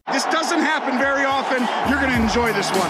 This doesn't happen very often. You're going to enjoy this one.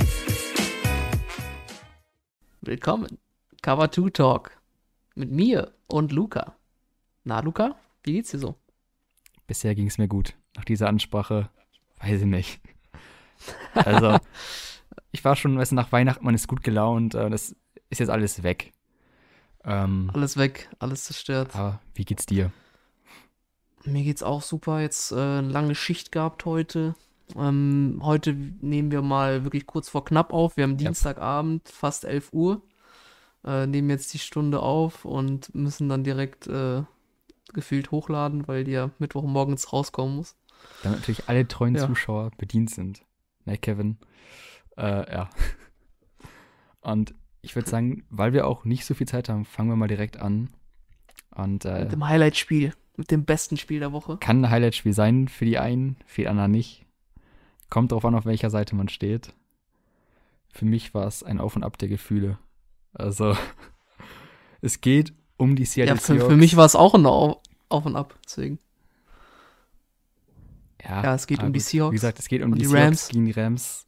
Willkommen. Cover 2 Talk. Mit mir und Luca. Na, Luca? Wie geht's dir so? Bisher ging es mir gut. Nach dieser Ansprache, weiß ich nicht. Also, ich war schon, nach Weihnachten, man ist gut gelaunt. Das ist jetzt alles weg. Alles weg, alles zerstört. Aber wie geht's dir? Mir geht's auch super. Jetzt eine lange Schicht gehabt heute. Heute nehmen wir mal wirklich kurz vor knapp auf. Wir haben Dienstagabend, fast 11 Uhr. Nehmen jetzt die Stunde auf und müssen dann direkt gefühlt hochladen, weil die ja Mittwochmorgens rauskommen muss. Damit natürlich alle treuen Zuschauer bedient sind. Ne, Kevin? Ja. Und ich würde sagen, weil wir auch nicht so viel Zeit haben, fangen wir mal direkt an. Und, mit dem Highlight-Spiel. Mit dem besten Spiel der Woche. Kann ein Highlight-Spiel sein für die einen, für die anderen nicht. Kommt drauf an, auf welcher Seite man steht. Für mich war es ein Auf und Ab der Gefühle. Also, es geht um die Seattle Seahawks. Für mich war es auch ein Auf und Ab, deswegen. Ja, es geht um die Seahawks. Wie gesagt, es geht um die Seahawks Rams gegen die Rams.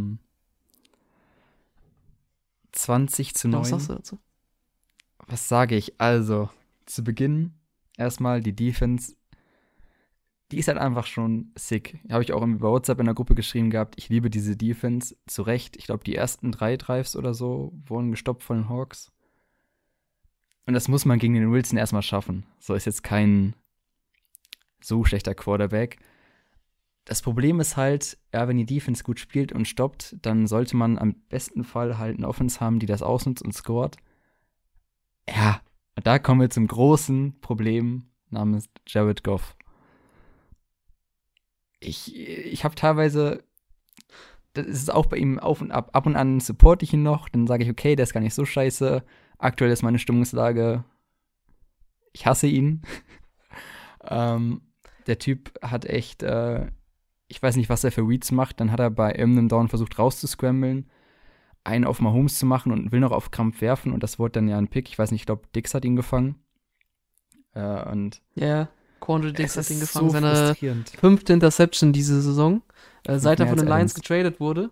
20-9. Was sagst du dazu? Was sage ich? Also, zu Beginn erstmal die Defense. Die ist halt einfach schon sick. Habe ich auch bei WhatsApp in der Gruppe geschrieben gehabt. Ich liebe diese Defense. Zu Recht. Ich glaube, die ersten 3 Drives oder so wurden gestoppt von den Hawks. Und das muss man gegen den Wilson erstmal schaffen. So ist jetzt kein so schlechter Quarterback. Das Problem ist halt, wenn die Defense gut spielt und stoppt, dann sollte man am besten Fall halt eine Offense haben, die das ausnutzt und scoret. Ja, und da kommen wir zum großen Problem namens Jared Goff. Ich habe teilweise, das ist auch bei ihm auf und ab, ab und an supporte ich ihn noch, dann sage ich, okay, der ist gar nicht so scheiße. Aktuell ist meine Stimmungslage, ich hasse ihn. Der Typ hat echt, ich weiß nicht, was er für Reads macht. Dann hat er bei irgendeinem Down versucht rauszuscramblen, einen auf Mahomes zu machen und will noch auf Krampf werfen. Und das wurde dann ja ein Pick. Ich weiß nicht, ich glaube, Dix hat ihn gefangen. Quandre Dix hat ihn gefangen. So seine 5. Interception diese Saison. Seit er von den Lions getradet wurde.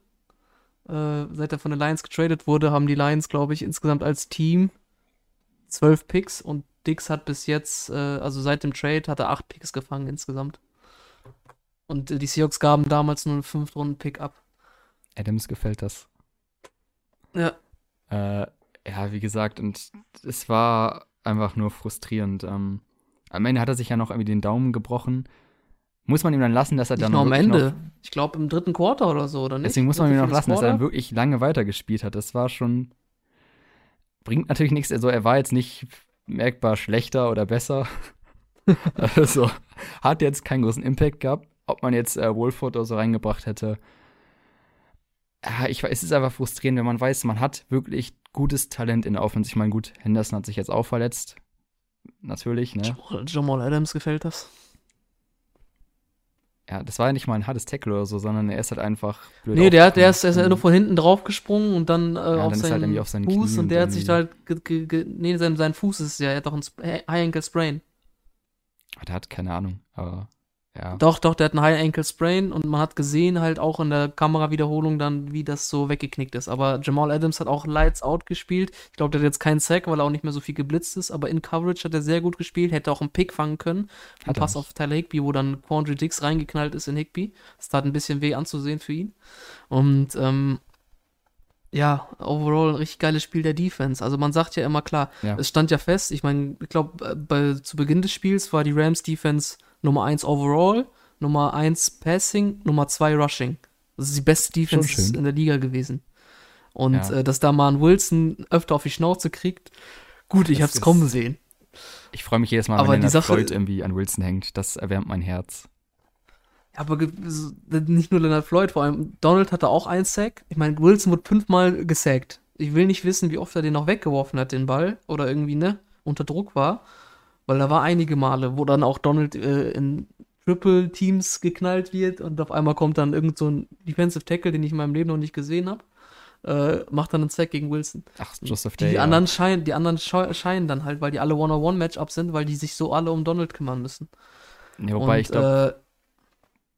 Haben die Lions, glaube ich, insgesamt als Team 12 Picks. Und Dix hat bis jetzt, also seit dem Trade, hat er 8 Picks gefangen insgesamt. Und die Seahawks gaben damals nur einen 5-Runden-Pick ab. Adams gefällt das. Ja. Wie gesagt, und es war einfach nur frustrierend. Am Ende hat er sich ja noch irgendwie den Daumen gebrochen. Muss man ihm dann lassen, dass er dann noch am Ende. Ich glaube im 3. Quarter oder so, oder nicht? Deswegen muss man ihm noch lassen, dass er dann wirklich lange weitergespielt hat. Das war schon, bringt natürlich nichts. Also er war jetzt nicht merkbar schlechter oder besser. Also hat jetzt keinen großen Impact gehabt. Ob man jetzt Wolford oder so reingebracht hätte. Es ist einfach frustrierend, wenn man weiß, man hat wirklich gutes Talent in der Offense. Ich meine, gut, Henderson hat sich jetzt auch verletzt. Natürlich, ne? Jamal Adams gefällt das. Ja, das war ja nicht mal ein hartes Tackle oder so, sondern er ist halt einfach blöd. Nee, der ist ja nur von hinten drauf gesprungen und dann auf seinen Fuß Knie und der hat sich da halt sein Fuß ist ja, er hat doch ein High Ankle Sprain. Der hat keine Ahnung, aber ja. Doch, der hat einen High Ankle Sprain und man hat gesehen halt auch in der Kamerawiederholung dann, wie das so weggeknickt ist. Aber Jamal Adams hat auch Lights Out gespielt. Ich glaube, der hat jetzt keinen Sack, weil er auch nicht mehr so viel geblitzt ist, aber in Coverage hat er sehr gut gespielt, hätte auch einen Pick fangen können. Ein Pass auf Tyler Higbee, wo dann Quandre Dix reingeknallt ist in Higbee. Das tat ein bisschen weh anzusehen für ihn. Und overall ein richtig geiles Spiel der Defense. Also man sagt ja immer, klar, es stand ja fest, ich meine, ich glaube, zu Beginn des Spiels war die Rams Defense Nummer 1 overall, Nummer 1 Passing, Nummer 2 Rushing. Das ist die beste Defense in der Liga gewesen. Und dass da mal ein Wilson öfter auf die Schnauze kriegt, gut, ich hab's kommen sehen. Ich freue mich jedes Mal, wenn Leonard Floyd irgendwie an Wilson hängt. Das erwärmt mein Herz. Aber nicht nur Leonard Floyd, vor allem Donald hatte auch einen Sack. Ich meine, Wilson wurde 5-mal gesackt. Ich will nicht wissen, wie oft er den noch weggeworfen hat, den Ball. Oder irgendwie, unter Druck war. Weil da war einige Male, wo dann auch Donald in Triple-Teams geknallt wird und auf einmal kommt dann irgend so ein Defensive Tackle, den ich in meinem Leben noch nicht gesehen habe, macht dann einen Sack gegen Wilson. Ach, Joseph Day. Die anderen scheinen dann halt, weil die alle One-on-One-Matchups sind, weil die sich so alle um Donald kümmern müssen. Ja, wobei ich glaube,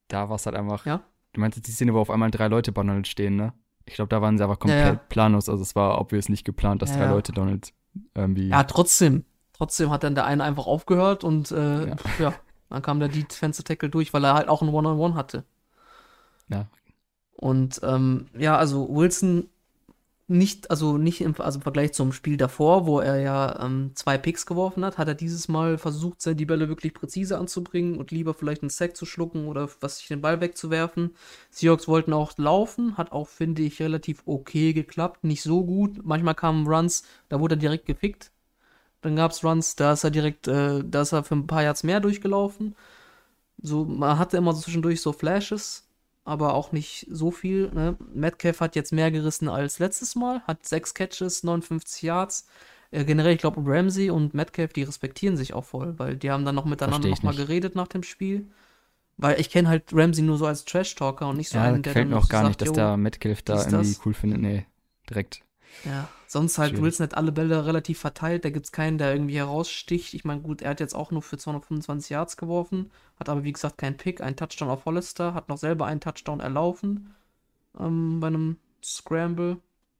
da war es halt einfach, Ja? du meinst jetzt die Szene, wo auf einmal 3 Leute bei Donald stehen, ne? Ich glaube, da waren sie einfach komplett Ja. planlos, also es war obvious nicht geplant, dass 3 Ja. Leute Donald irgendwie, Ja, trotzdem. Trotzdem hat dann der eine einfach aufgehört und Ja. dann kam der Defensive Tackle durch, weil er halt auch ein One-on-One hatte. ja, Und also Wilson nicht im Vergleich zum Spiel davor, wo er ja 2 Picks geworfen hat er dieses Mal versucht, die Bälle wirklich präzise anzubringen und lieber vielleicht einen Sack zu schlucken oder den Ball wegzuwerfen. Seahawks wollten auch laufen, hat auch, finde ich, relativ okay geklappt, nicht so gut. Manchmal kamen Runs, da wurde er direkt gefickt. Dann gab es Runs, da ist er für ein paar Yards mehr durchgelaufen. So, man hatte immer so zwischendurch so Flashes, aber auch nicht so viel. Ne? Metcalf hat jetzt mehr gerissen als letztes Mal, hat 6 Catches, 59 Yards. Generell, ich glaube, Ramsey und Metcalf, die respektieren sich auch voll, weil die haben dann noch miteinander Versteh ich nochmal nicht. geredet nach dem Spiel. Weil ich kenne halt Ramsey nur so als Trash-Talker und nicht so ja, einen, der gefällt dann mir noch auch so gar nicht, sagt, dass "Yo, der Metcalf da dies, irgendwie das." cool findet, nee, direkt. Ja, sonst halt Schwierig. Wilson hat alle Bälle relativ verteilt, da gibt's keinen, der irgendwie heraussticht. Ich meine, gut, er hat jetzt auch nur für 225 Yards geworfen, hat aber wie gesagt keinen Pick, einen Touchdown auf Hollister, hat noch selber einen Touchdown erlaufen bei einem Scramble.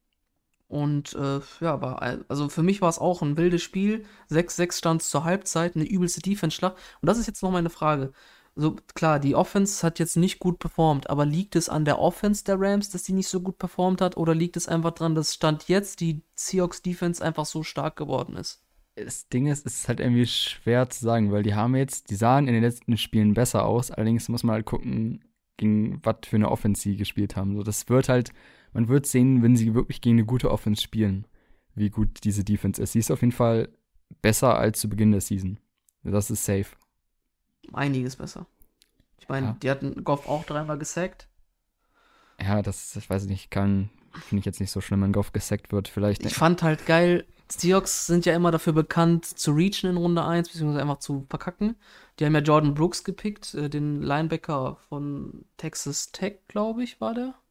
Und also für mich war es auch ein wildes Spiel. 6-6 stand es zur Halbzeit, eine übelste Defense-Schlacht. Und das ist jetzt noch meine Frage. So, klar, die Offense hat jetzt nicht gut performt, aber liegt es an der Offense der Rams, dass die nicht so gut performt hat, oder liegt es einfach daran, dass Stand jetzt die Seahawks Defense einfach so stark geworden ist? Das Ding ist, es ist halt irgendwie schwer zu sagen, weil die sahen in den letzten Spielen besser aus, allerdings muss man halt gucken, gegen was für eine Offense sie gespielt haben. So, man wird sehen, wenn sie wirklich gegen eine gute Offense spielen, wie gut diese Defense ist. Sie ist auf jeden Fall besser als zu Beginn der Season. Das ist safe. Einiges besser. Ich meine, Ja. die hatten Goff auch 3-mal gesackt. Ja, ich weiß nicht, finde ich jetzt nicht so schlimm, wenn Goff gesackt wird. Vielleicht. Ich fand halt geil, Seahawks sind ja immer dafür bekannt, zu reachen in Runde 1, beziehungsweise einfach zu verkacken. Die haben ja Jordan Brooks gepickt, den Linebacker von Texas Tech, glaube ich, war der.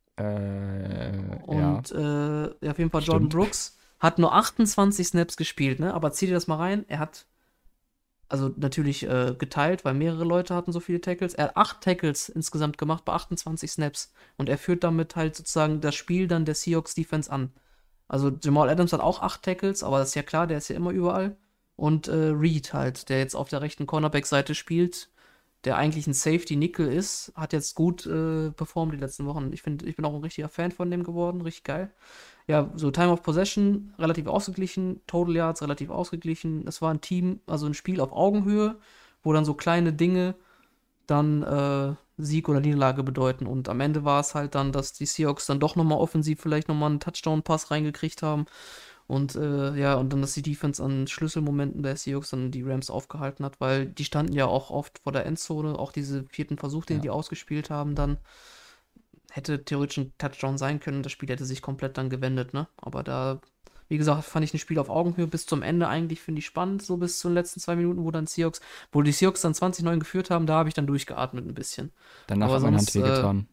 Ja. Und auf jeden Fall Stimmt. Jordan Brooks hat nur 28 Snaps gespielt, ne? Aber zieh dir das mal rein, er hat also natürlich geteilt, weil mehrere Leute hatten so viele Tackles. Er hat 8 Tackles insgesamt gemacht bei 28 Snaps. Und er führt damit halt sozusagen das Spiel dann der Seahawks Defense an. Also Jamal Adams hat auch 8 Tackles, aber das ist ja klar, der ist ja immer überall. Und Reed halt, der jetzt auf der rechten Cornerback-Seite spielt, der eigentlich ein Safety-Nickel ist, hat jetzt gut performt die letzten Wochen. Ich bin auch ein richtiger Fan von dem geworden, richtig geil. Ja, so Time of Possession relativ ausgeglichen, Total Yards relativ ausgeglichen. Es war ein Team, also ein Spiel auf Augenhöhe, wo dann so kleine Dinge dann Sieg oder Niederlage bedeuten. Und am Ende war es halt dann, dass die Seahawks dann doch nochmal offensiv vielleicht nochmal einen Touchdown-Pass reingekriegt haben. Und und dann, dass die Defense an Schlüsselmomenten der Seahawks dann die Rams aufgehalten hat, weil die standen ja auch oft vor der Endzone, auch diese 4. Versuch, den Ja. die ausgespielt haben, dann hätte theoretisch ein Touchdown sein können, das Spiel hätte sich komplett dann gewendet, ne? Aber da, wie gesagt, fand ich ein Spiel auf Augenhöhe bis zum Ende eigentlich, finde ich spannend, so bis zu den letzten 2 Minuten, wo die Seahawks dann 20-9 geführt haben, da habe ich dann durchgeatmet ein bisschen. Danach aber hat meine Hand sonst, wehgetan.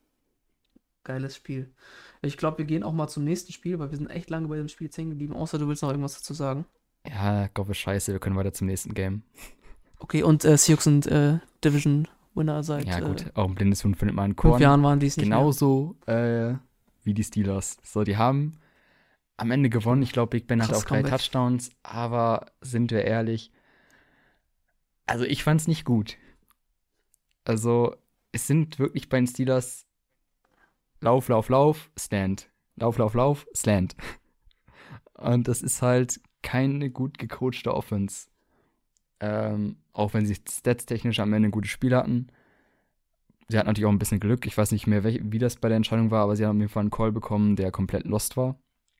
Geiles Spiel. Ich glaube, wir gehen auch mal zum nächsten Spiel, weil wir sind echt lange bei dem Spiel hängen geblieben, außer du willst noch irgendwas dazu sagen. Ja, Goff ist scheiße, wir können weiter zum nächsten Game. Okay, und Seahawks sind Division-Winner seit Ja, gut, auch ein blindes Huhn findet man einen 5 Korn. Jahren waren die es nicht mehr. Genauso wie die Steelers. So, die haben am Ende gewonnen. Ich glaube, Big Ben hat Krass auch 3 Comeback. Touchdowns, aber sind wir ehrlich, also ich fand's nicht gut. Also, es sind wirklich bei den Steelers Lauf, Lauf, Lauf, Slant. Lauf, Lauf, Lauf, Slant. Und das ist halt keine gut gecoachte Offense. Auch wenn sie statstechnisch am Ende ein gutes Spiel hatten. Sie hatten natürlich auch ein bisschen Glück. Ich weiß nicht mehr, wie das bei der Entscheidung war, aber sie haben auf jeden Fall einen Call bekommen, der komplett lost war.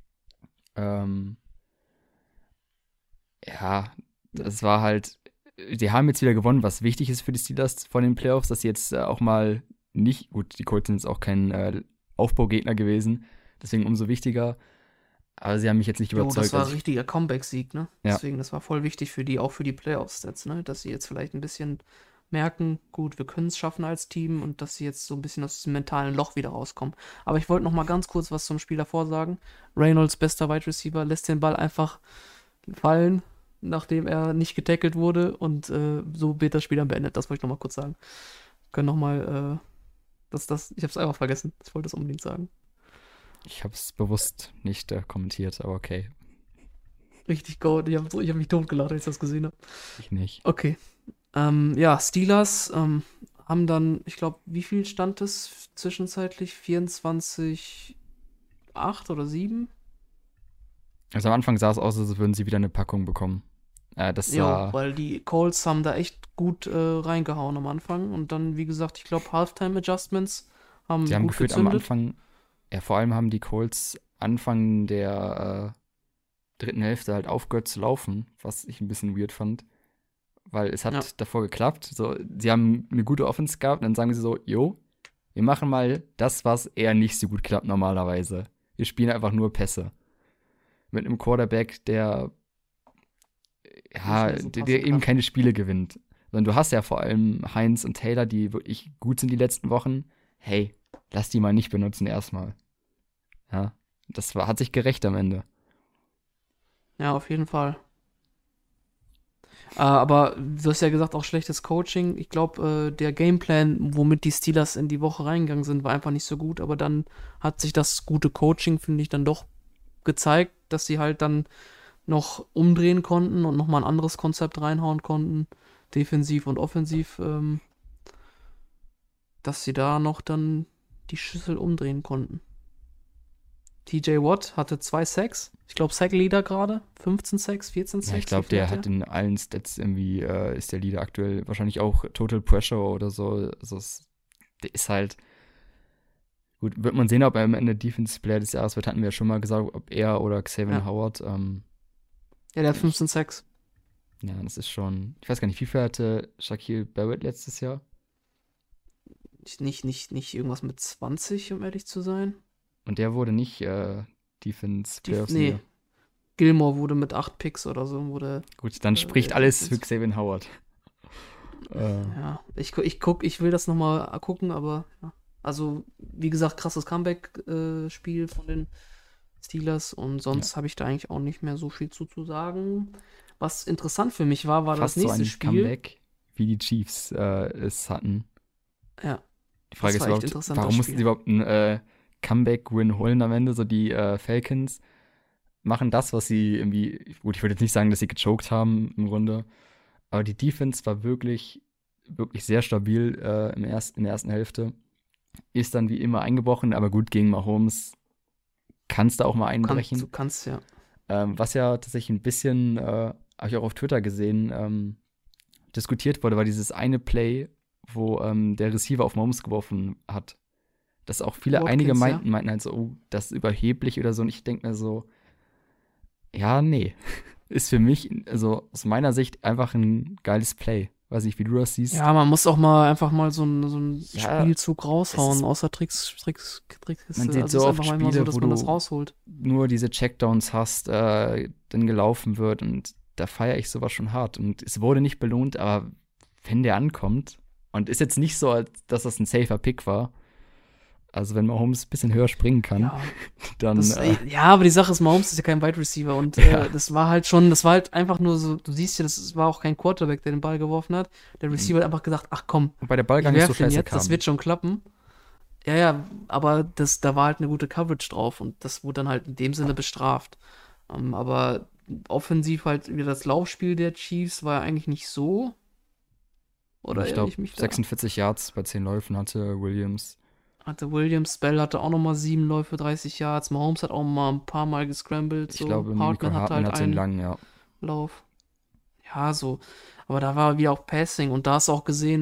Ja, das war halt, die haben jetzt wieder gewonnen, was wichtig ist für die Steelers vor den Playoffs, dass sie jetzt auch mal nicht, gut, die Colts sind jetzt auch kein Aufbaugegner gewesen, deswegen umso wichtiger, aber sie haben mich jetzt nicht Jo, überzeugt. das war ein Also richtiger Comeback-Sieg, ne? Ja. Deswegen, das war voll wichtig für die, auch für die Playoffs jetzt, ne? Dass sie jetzt vielleicht ein bisschen merken, gut, wir können es schaffen als Team und dass sie jetzt so ein bisschen aus diesem mentalen Loch wieder rauskommen. Aber ich wollte noch mal ganz kurz was zum Spiel davor sagen. Reynolds, bester Wide Receiver, lässt den Ball einfach fallen, nachdem er nicht getackelt wurde und so wird das Spiel dann beendet. Das wollte ich noch mal kurz sagen. können nochmal, ich hab's einfach vergessen. Ich wollte es unbedingt sagen. Ich habe es bewusst nicht kommentiert, aber okay. Richtig gut. Ich hab mich totgelacht, als ich das gesehen habe. Ich nicht. Okay. Ja, Steelers haben dann, ich glaube, wie viel stand es zwischenzeitlich? 24-8 oder 7? Also am Anfang sah es aus, als würden sie wieder eine Packung bekommen. Das Ja, sah, weil die Colts haben da echt gut reingehauen am Anfang. Und dann, wie gesagt, ich glaube, Halftime-Adjustments haben sie haben gut gefühlt gezündet. am Anfang, ja, vor allem haben die Colts Anfang der dritten Hälfte halt aufgehört zu laufen, was ich ein bisschen weird fand. Weil es hat Ja. davor geklappt. So, sie haben eine gute Offense gehabt und dann sagen sie so, jo, wir machen mal das, was eher nicht so gut klappt normalerweise. Wir spielen einfach nur Pässe. Mit einem Quarterback, der Nicht mehr so der passen eben kann. keine Spiele gewinnt. Sondern du hast ja vor allem Heinz und Taylor, die wirklich gut sind die letzten Wochen. Hey, lass die mal nicht benutzen erstmal. Ja, hat sich gerecht am Ende. Ja, auf jeden Fall. Aber du hast ja gesagt, auch schlechtes Coaching. Ich glaube, der Gameplan, womit die Steelers in die Woche reingegangen sind, war einfach nicht so gut. Aber dann hat sich das gute Coaching, finde ich, dann doch gezeigt, dass sie halt dann noch umdrehen konnten und nochmal ein anderes Konzept reinhauen konnten, defensiv und offensiv, dass sie da noch dann die Schüssel umdrehen konnten. TJ Watt hatte 2 Sacks. Ich glaube, Sack-Leader gerade. 15 Sacks, 14 Sacks. Ja, ich glaube, wie viel der hat in allen Stats irgendwie, ist der Leader aktuell wahrscheinlich auch Total Pressure oder so. Der ist halt, gut, wird man sehen, ob er am Ende Defensive Player des Jahres wird, hatten wir ja schon mal gesagt, ob er oder Xavier Ja. Howard. Ja, der hat 15 Sacks. Ja, das ist schon, ich weiß gar nicht, wie viel hatte Shaquille Barrett letztes Jahr? Nicht irgendwas mit 20, um ehrlich zu sein. Und der wurde nicht Defense Player of the Nee. Year. Gilmore wurde mit 8 Picks oder so. Gut, dann spricht alles für Defense. Xavier Howard. Ja, ich will das nochmal gucken, aber ja. Also, wie gesagt, krasses Comeback-Spiel von den Steelers und sonst habe ich da eigentlich auch nicht mehr so viel zu sagen. Was interessant für mich war Fast das nächste so ein Spiel. Comeback, wie die Chiefs es hatten. Ja, Die Frage das ist war echt überhaupt, interessant, warum das mussten Spiel. sie überhaupt einen Comeback-Win holen am Ende? So die Falcons machen das, was sie irgendwie, gut, ich würde jetzt nicht sagen, dass sie gechoked haben im Grunde, aber die Defense war wirklich, wirklich sehr stabil in der ersten Hälfte. Ist dann wie immer eingebrochen, aber gut, gegen Mahomes kannst du auch mal einbrechen. Du kannst, ja. Was ja tatsächlich ein bisschen, habe ich auch auf Twitter gesehen, diskutiert wurde, war dieses eine Play, wo der Receiver auf Mahomes geworfen hat. Dass auch einige Watkins, meinten halt so, oh, das ist überheblich oder so. Und ich denke mir so, ja, nee. Ist für mich, also aus meiner Sicht, einfach ein geiles Play. Weiß nicht, wie du das siehst. Ja, man muss auch mal einfach mal so einen Ja, Spielzug raushauen, es ist- außer Tricks. Man sieht Also so es ist oft einfach manchmal Spiele, so, dass wo man das du rausholt. nur diese Checkdowns hast, dann gelaufen wird. Und da feiere ich sowas schon hart. Und es wurde nicht belohnt, aber wenn der ankommt, und ist jetzt nicht so, als dass das ein safer Pick war. Also wenn Mahomes ein bisschen höher springen kann, Ja, dann ja, aber die Sache ist, Mahomes ist ja kein Wide Receiver und Ja. das war halt einfach nur so, du siehst ja, das war auch kein Quarterback, der den Ball geworfen hat. Der Receiver hat einfach gesagt, ach komm, wobei der Ball ich gar nicht so werf den scheiße jetzt, kam. das wird schon klappen. Ja, aber da war halt eine gute Coverage drauf und das wurde dann halt in dem Sinne bestraft. Aber offensiv halt wieder das Laufspiel der Chiefs war ja eigentlich nicht so. Oder ich irre glaube, ich mich da? 46 Yards bei 10 Läufen hatte Williams. Hatte Williams, Bell hatte auch nochmal 7 Läufe, 30 Yards. Mahomes hat auch mal ein paar Mal gescrambled. Ich So. glaube, Nico Hartman Hartman hatte einen einen langen, ja. Lauf. Ja, so. Aber da war wieder auch Passing und da hast du auch gesehen,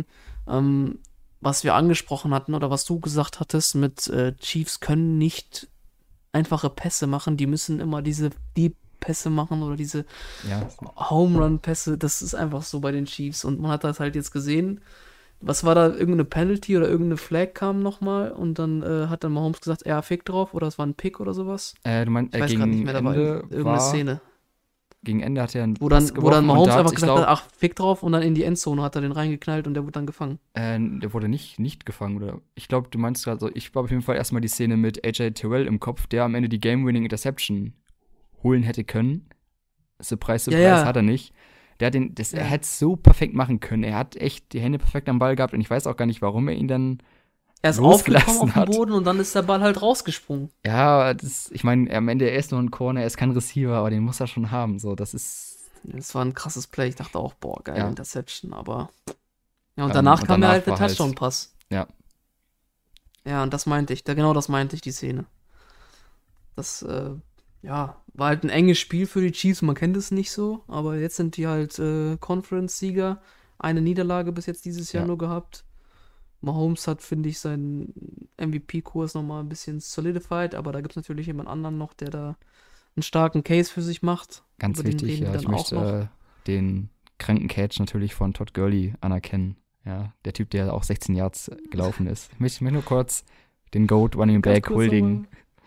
was wir angesprochen hatten oder was du gesagt hattest mit Chiefs können nicht einfache Pässe machen, die müssen immer diese Deep-Pässe machen oder diese Ja, Home-Run-Pässe. Das ist einfach so bei den Chiefs und man hat das halt jetzt gesehen. Was war da? Irgendeine Penalty oder irgendeine Flag kam nochmal und dann hat dann Mahomes gesagt, ja, Fick drauf oder es war ein Pick oder sowas. du meinst, Ich weiß gerade nicht mehr, da war Ende irgendeine Szene. gegen Ende hat er einen Wo Pass dann geworfen und Mahomes da einfach ich gesagt glaub, hat, ach, Fick drauf und dann in die Endzone hat er den reingeknallt und der wurde dann gefangen. der wurde nicht gefangen, oder? Ich glaube, du meinst gerade so, ich glaube auf jeden Fall erstmal die Szene mit AJ Terrell im Kopf, der am Ende die Game-Winning Interception holen hätte können. Surprise, Ja, ja. hat er nicht. Er hätte es so perfekt machen können. Er hat echt die Hände perfekt am Ball gehabt und ich weiß auch gar nicht, warum er ihn dann Er ist losgelassen aufgekommen auf den hat. Boden und dann ist der Ball halt rausgesprungen. Ja, ich meine, am Ende, er ist nur ein Corner, er ist kein Receiver, aber den muss er schon haben. So, das ist. Das war ein krasses Play. Ich dachte auch, boah, geil, Ja. Interception, aber. Ja, und danach kam ja halt der Touchdown-Pass. Ja. Ja, und das meinte ich. Genau das meinte ich, die Szene. Das, war halt ein enges Spiel für die Chiefs. Man kennt es nicht so, aber jetzt sind die halt Conference-Sieger. Eine Niederlage bis jetzt dieses Jahr nur gehabt. Mahomes hat, finde ich, seinen MVP-Kurs nochmal ein bisschen solidified, aber da gibt es natürlich jemand anderen noch, der da einen starken Case für sich macht. Ganz Über den wichtig, reden wir ja. Ich dann auch noch. möchte den kranken Catch natürlich von Todd Gurley anerkennen. Ja, der Typ, der auch 16 Yards gelaufen ist. Ich möchte mir nur kurz den GOAT Running Ganz Back kurz huldigen.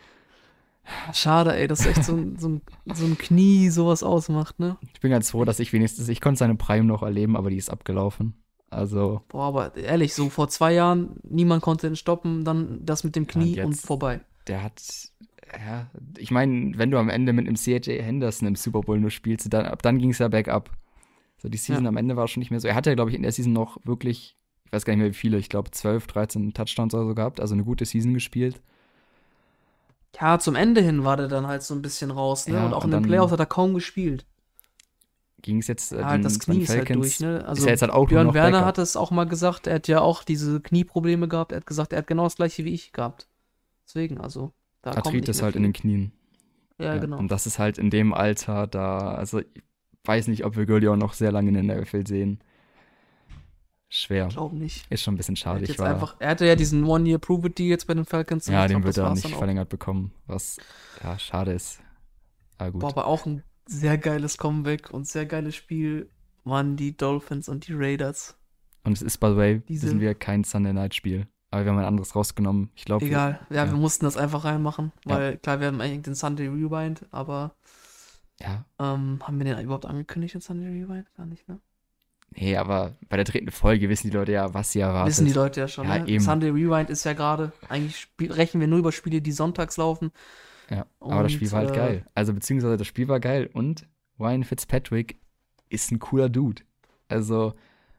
Schade, ey, dass echt so ein Knie sowas ausmacht, ne? Ich bin ganz froh, dass ich konnte seine Prime noch erleben, aber die ist abgelaufen. Also, Boah, aber ehrlich, so vor 2 Jahren, niemand konnte ihn stoppen, dann das mit dem Knie und und jetzt- vorbei. der hat, ja, ich meine, wenn du am Ende mit einem C.J. Henderson im Super Bowl nur spielst, ab dann ging es ja bergab. So, die Season am Ende war schon nicht mehr so. Er hatte ja, glaube ich, in der Season noch wirklich, ich weiß gar nicht mehr wie viele, ich glaube 12, 13 Touchdowns oder so gehabt, also eine gute Season gespielt. Ja, zum Ende hin war der dann halt so ein bisschen raus, ne? Ja, und auch und in den dann Playoffs hat er kaum gespielt. Ging es jetzt Ja, halt das bei den Knie ist halt Falcons, durch, ne? Also ist er jetzt halt auch nur Björn noch Werner Backup. hat es auch mal gesagt, er hat ja auch diese Knieprobleme gehabt. Er hat gesagt, er hat genau das gleiche wie ich gehabt. Deswegen, also, da kommt nicht Arthritis mehr halt in viel. den Knien. Ja, genau. Und das ist halt in dem Alter da, also ich weiß nicht, ob wir Gurley auch noch sehr lange in der NFL sehen. Schwer. Ich glaube nicht. Ist schon ein bisschen Er, schade. er hatte ja diesen One-Year-Prove-It-Deal jetzt bei den Falcons. und Ja, ich den glaub, wird das er war's nicht dann auch. verlängert bekommen, was ja schade ist. Aber gut. Boah, aber auch ein sehr geiles Comeback und sehr geiles Spiel waren die Dolphins und die Raiders. Und es ist, by the way, Diese- wissen wir, kein Sunday Night Spiel. Aber wir haben ein anderes rausgenommen. Ich glaube. Egal. Ja, ja. wir mussten das einfach reinmachen, Ja. weil klar, wir haben eigentlich den Sunday Rewind, aber Ja. haben wir den überhaupt angekündigt, den Sunday Rewind? Gar nicht, ne? Nee, aber bei der dritten Folge wissen die Leute ja, was sie erwartet. Wissen die Leute ja schon, Ja, ne? eben. Sunday Rewind ist ja gerade, eigentlich rechnen wir nur über Spiele, die sonntags laufen. Ja, aber das Und, Spiel war halt geil. Also, beziehungsweise das Spiel war geil und Ryan Fitzpatrick ist ein cooler Dude. Also,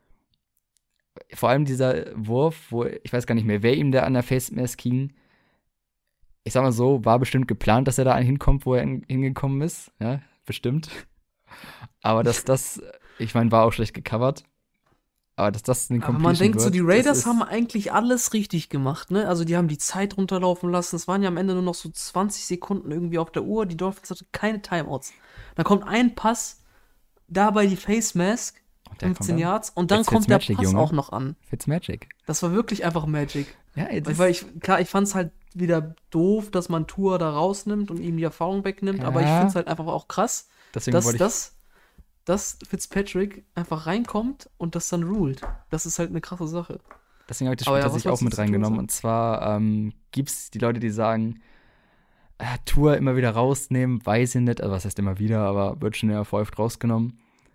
vor allem dieser Wurf, wo ich weiß gar nicht mehr, wer ihm da an der Face Mask ging. Ich sag mal so, war bestimmt geplant, dass er da hinkommt, wo er hingekommen ist. Ja, bestimmt. Aber ich meine, war auch schlecht gecovert. Aber dass das ein Aber man denkt so, wird, die das Raiders ist- haben eigentlich alles richtig gemacht, ne? Also die haben die Zeit runterlaufen lassen. Es waren ja am Ende nur noch so 20 Sekunden irgendwie auf der Uhr. Die Dolphins hatten keine Timeouts. Dann kommt ein Pass, dabei die Face Mask, Und der 15 kommt Yards, und dann Jetzt kommt wird's der Magic, Pass Junge. auch noch an. Fitzmagic. Das war wirklich einfach Magic. Ja, jetzt Weil ich fand es halt wieder doof, dass man Tour da rausnimmt und ihm die Erfahrung wegnimmt, aber ich Ja. finde es halt einfach auch krass, deswegen dass wollte ich dass Fitzpatrick einfach reinkommt und das dann ruled. Das ist halt eine krasse Sache. Deswegen habe ich das Aber Spiel ja, was tatsächlich auch wolltest du mit zu Tour reingenommen. sagen? Und zwar gibt es die Leute, die sagen, Tour immer wieder rausnehmen, weiß ich nicht. Also was heißt immer wieder, aber wird schon ja voll oft rausgenommen.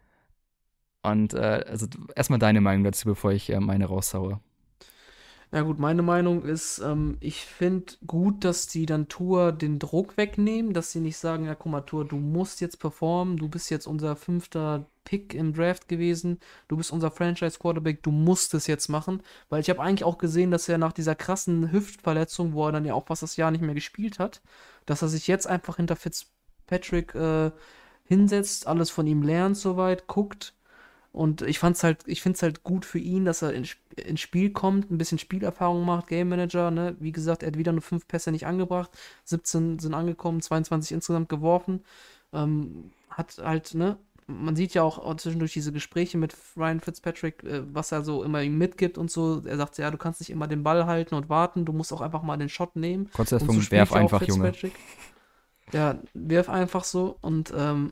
Und also erstmal deine Meinung dazu, bevor ich meine raushaue. Ja gut, meine Meinung ist, ich finde gut, dass die dann Tour den Druck wegnehmen, dass sie nicht sagen, ja guck mal Tour, du musst jetzt performen, du bist jetzt unser 5. Pick im Draft gewesen, du bist unser Franchise-Quarterback, du musst es jetzt machen, weil ich habe eigentlich auch gesehen, dass er nach dieser krassen Hüftverletzung, wo er dann ja auch fast das Jahr nicht mehr gespielt hat, dass er sich jetzt einfach hinter Fitzpatrick hinsetzt, alles von ihm lernt soweit, guckt. Und ich finde es halt gut für ihn, dass er ins Spiel kommt, ein bisschen Spielerfahrung macht, Game Manager, ne? Wie gesagt, er hat wieder nur 5 Pässe nicht angebracht, 17 sind angekommen, 22 insgesamt geworfen. Hat halt, ne? Man sieht ja auch zwischendurch diese Gespräche mit Ryan Fitzpatrick, was er so immer ihm mitgibt und so. Er sagt, ja, du kannst nicht immer den Ball halten und warten, du musst auch einfach mal den Shot nehmen. Kurzerfahrung, Und so spielt werf ja auch einfach, Junge. Fitzpatrick. Ja, werf einfach so und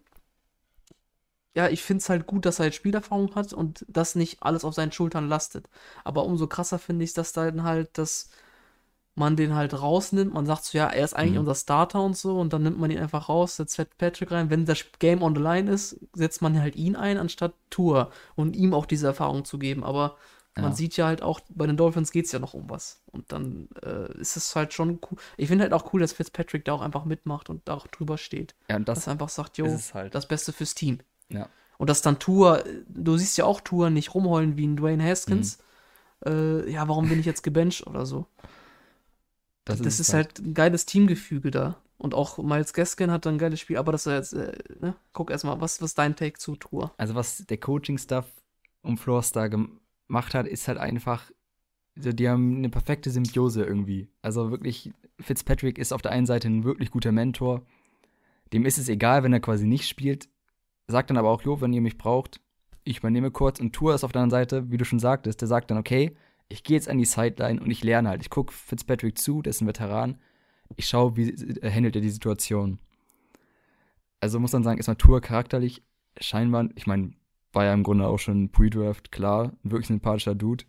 ja, ich finde es halt gut, dass er halt Spielerfahrung hat und das nicht alles auf seinen Schultern lastet. Aber umso krasser finde ich es, dass dann halt, dass man den halt rausnimmt. Man sagt so, ja, er ist eigentlich unser Starter und so und dann nimmt man ihn einfach raus, setzt Patrick rein. Wenn das Game on the line ist, setzt man halt ihn ein, anstatt Tour und ihm auch diese Erfahrung zu geben. Aber man Ja. sieht ja halt auch, bei den Dolphins geht es ja noch um was. Und dann ist es halt schon cool. Ich finde halt auch cool, dass Fitzpatrick da auch einfach mitmacht und da auch drüber steht. Ja, und Dass er einfach sagt, jo, ist es halt. das Beste fürs Team. Ja. Und dass dann Tour, du siehst ja auch Tour nicht rumheulen wie ein Dwayne Haskins. Ja, warum bin ich jetzt gebencht oder so? Das ist halt ein geiles Teamgefüge da. Und auch Myles Gaskin hat dann ein geiles Spiel, aber das ist jetzt, ne? Guck erstmal, was ist dein Take zu Tour? Also was der Coaching-Staff um Flores da gemacht hat, ist halt einfach, die haben eine perfekte Symbiose irgendwie. Also wirklich, Fitzpatrick ist auf der einen Seite ein wirklich guter Mentor. Dem ist es egal, wenn er quasi nicht spielt. Sagt dann aber auch, jo, wenn ihr mich braucht, ich übernehme kurz. Und Tour ist auf der anderen Seite, wie du schon sagtest, der sagt dann, okay, ich gehe jetzt an die Sideline und ich lerne halt. Ich gucke Fitzpatrick zu, der ist ein Veteran. Ich schaue, wie handelt er die Situation. Also muss man sagen, ist Tour charakterlich scheinbar, ich meine, war ja im Grunde auch schon Pre-Draft, klar, ein wirklich sympathischer Dude.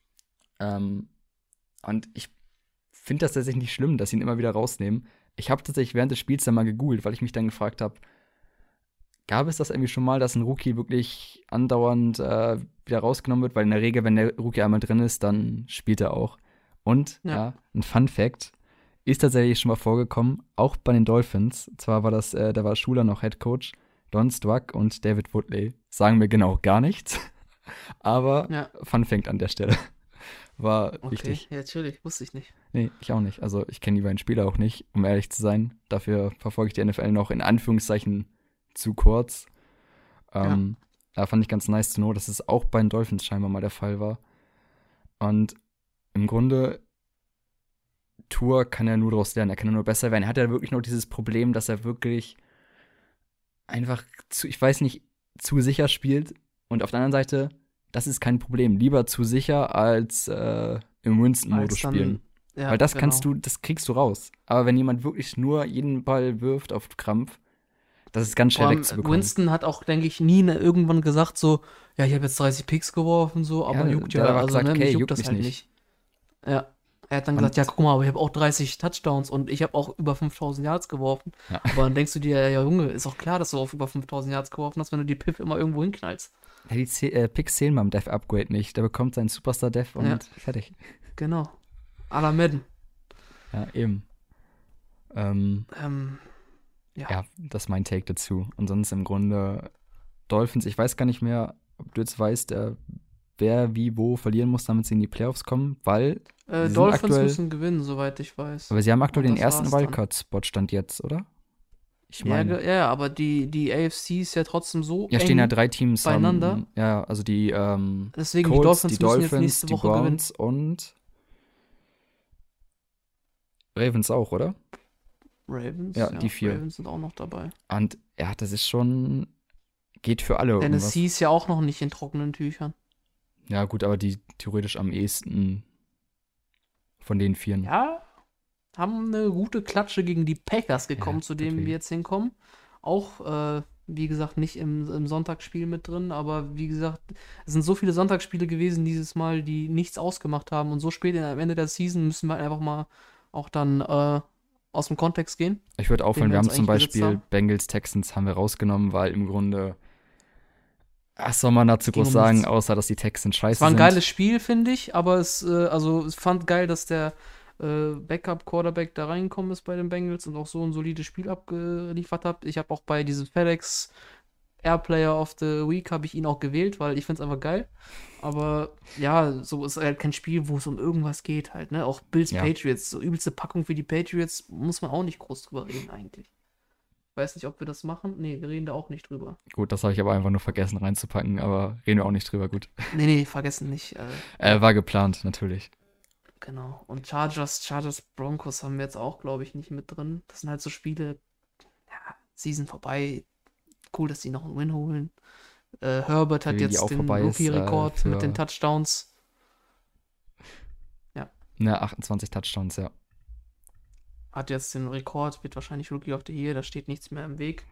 Und ich finde das tatsächlich nicht schlimm, dass sie ihn immer wieder rausnehmen. Ich habe tatsächlich während des Spiels dann mal gegoogelt, weil ich mich dann gefragt habe, gab es das irgendwie schon mal, dass ein Rookie wirklich andauernd wieder rausgenommen wird? Weil in der Regel, wenn der Rookie einmal drin ist, dann spielt er auch. Und, ja ein Fun-Fact, ist tatsächlich schon mal vorgekommen, auch bei den Dolphins. Und zwar war das, da war Schuler noch Head Coach, Don Struck und David Woodley. Sagen mir genau gar nichts. Aber Fun Fact an der Stelle. War wichtig. Okay, ja, natürlich, wusste ich nicht. Nee, ich auch nicht. Also ich kenne die beiden Spieler auch nicht, um ehrlich zu sein. Dafür verfolge ich die NFL noch in Anführungszeichen zu kurz. Da fand ich ganz nice zu know, dass es auch bei den Dolphins scheinbar mal der Fall war. Und im Grunde, Tour kann er nur daraus lernen, er kann nur besser werden. Er hat ja wirklich noch dieses Problem, dass er wirklich einfach ich weiß nicht, zu sicher spielt. Und auf der anderen Seite, das ist kein Problem. Lieber zu sicher als im Winston-Modus spielen. Ja, weil das das kriegst du raus. Aber wenn jemand wirklich nur jeden Ball wirft auf Krampf, das ist ganz schwer wegzubekommen. Winston hat auch, denke ich, nie irgendwann gesagt so, ja, ich habe jetzt 30 Picks geworfen, so, aber juckt ja, also gesagt, okay, mich juckt das halt nicht. Ja, er hat dann gesagt, ja, guck mal, aber ich habe auch 30 Touchdowns und ich habe auch über 5000 Yards geworfen. Ja. Aber dann denkst du dir, ja, Junge, ist auch klar, dass du auf über 5000 Yards geworfen hast, wenn du die Piff immer irgendwo hinknallst. Ja, die Picks zählen beim Dev-Upgrade nicht. Der bekommt seinen Superstar-Dev und fertig. Genau. À la Madden. Ja, eben. Ja, das ist mein Take dazu. Und sonst im Grunde Dolphins, ich weiß gar nicht mehr, ob du jetzt weißt, wer wie wo verlieren muss, damit sie in die Playoffs kommen, weil Dolphins müssen gewinnen, soweit ich weiß. Aber sie haben aktuell den ersten Wildcard-Spot stand jetzt, oder? Ich meine. Ja, aber die AFC ist ja trotzdem so ja, stehen ja 3 Teams beieinander. Ja, also die deswegen Colts, die Dolphins jetzt nächste Woche die Browns und Ravens auch, oder? Ravens, ja, die 4. Ravens sind auch noch dabei. Und ja, das ist schon, geht für alle Tennessee ist ja auch noch nicht in trockenen Tüchern. Ja, gut, aber die theoretisch am ehesten von den 4. Ja, haben eine gute Klatsche gegen die Packers gekommen, zu dem wir jetzt hinkommen. Auch, wie gesagt, nicht im Sonntagsspiel mit drin, aber wie gesagt, es sind so viele Sonntagsspiele gewesen dieses Mal, die nichts ausgemacht haben. Und so spät am Ende der Season müssen wir einfach mal auch dann aus dem Kontext gehen. Ich würde auffallen, wir haben zum Beispiel Bengals, Texans haben wir rausgenommen, weil im Grunde, was soll man dazu groß sagen, außer dass die Texans scheiße sind. Es war ein geiles Spiel, finde ich, aber es fand geil, dass der Backup-Quarterback da reingekommen ist bei den Bengals und auch so ein solides Spiel abgeliefert hat. Ich habe auch bei diesem FedEx Airplayer of the Week habe ich ihn auch gewählt, weil ich finde es einfach geil. Aber ja, so ist halt kein Spiel, wo es um irgendwas geht halt, ne? Auch Bills Patriots, so übelste Packung für die Patriots, muss man auch nicht groß drüber reden eigentlich. Ich weiß nicht, ob wir das machen. Nee, wir reden da auch nicht drüber. Gut, das habe ich aber einfach nur vergessen reinzupacken, aber reden wir auch nicht drüber, gut. Nee, vergessen nicht. War geplant, natürlich. Genau. Und Chargers Broncos haben wir jetzt auch, glaube ich, nicht mit drin. Das sind halt so Spiele, ja, Season vorbei. Cool, dass die noch einen Win holen. Herbert hat jetzt den Rookie-Rekord mit den Touchdowns. Ja. Ne, 28 Touchdowns, ja. Hat jetzt den Rekord, wird wahrscheinlich Rookie of the Year, da steht nichts mehr im Weg.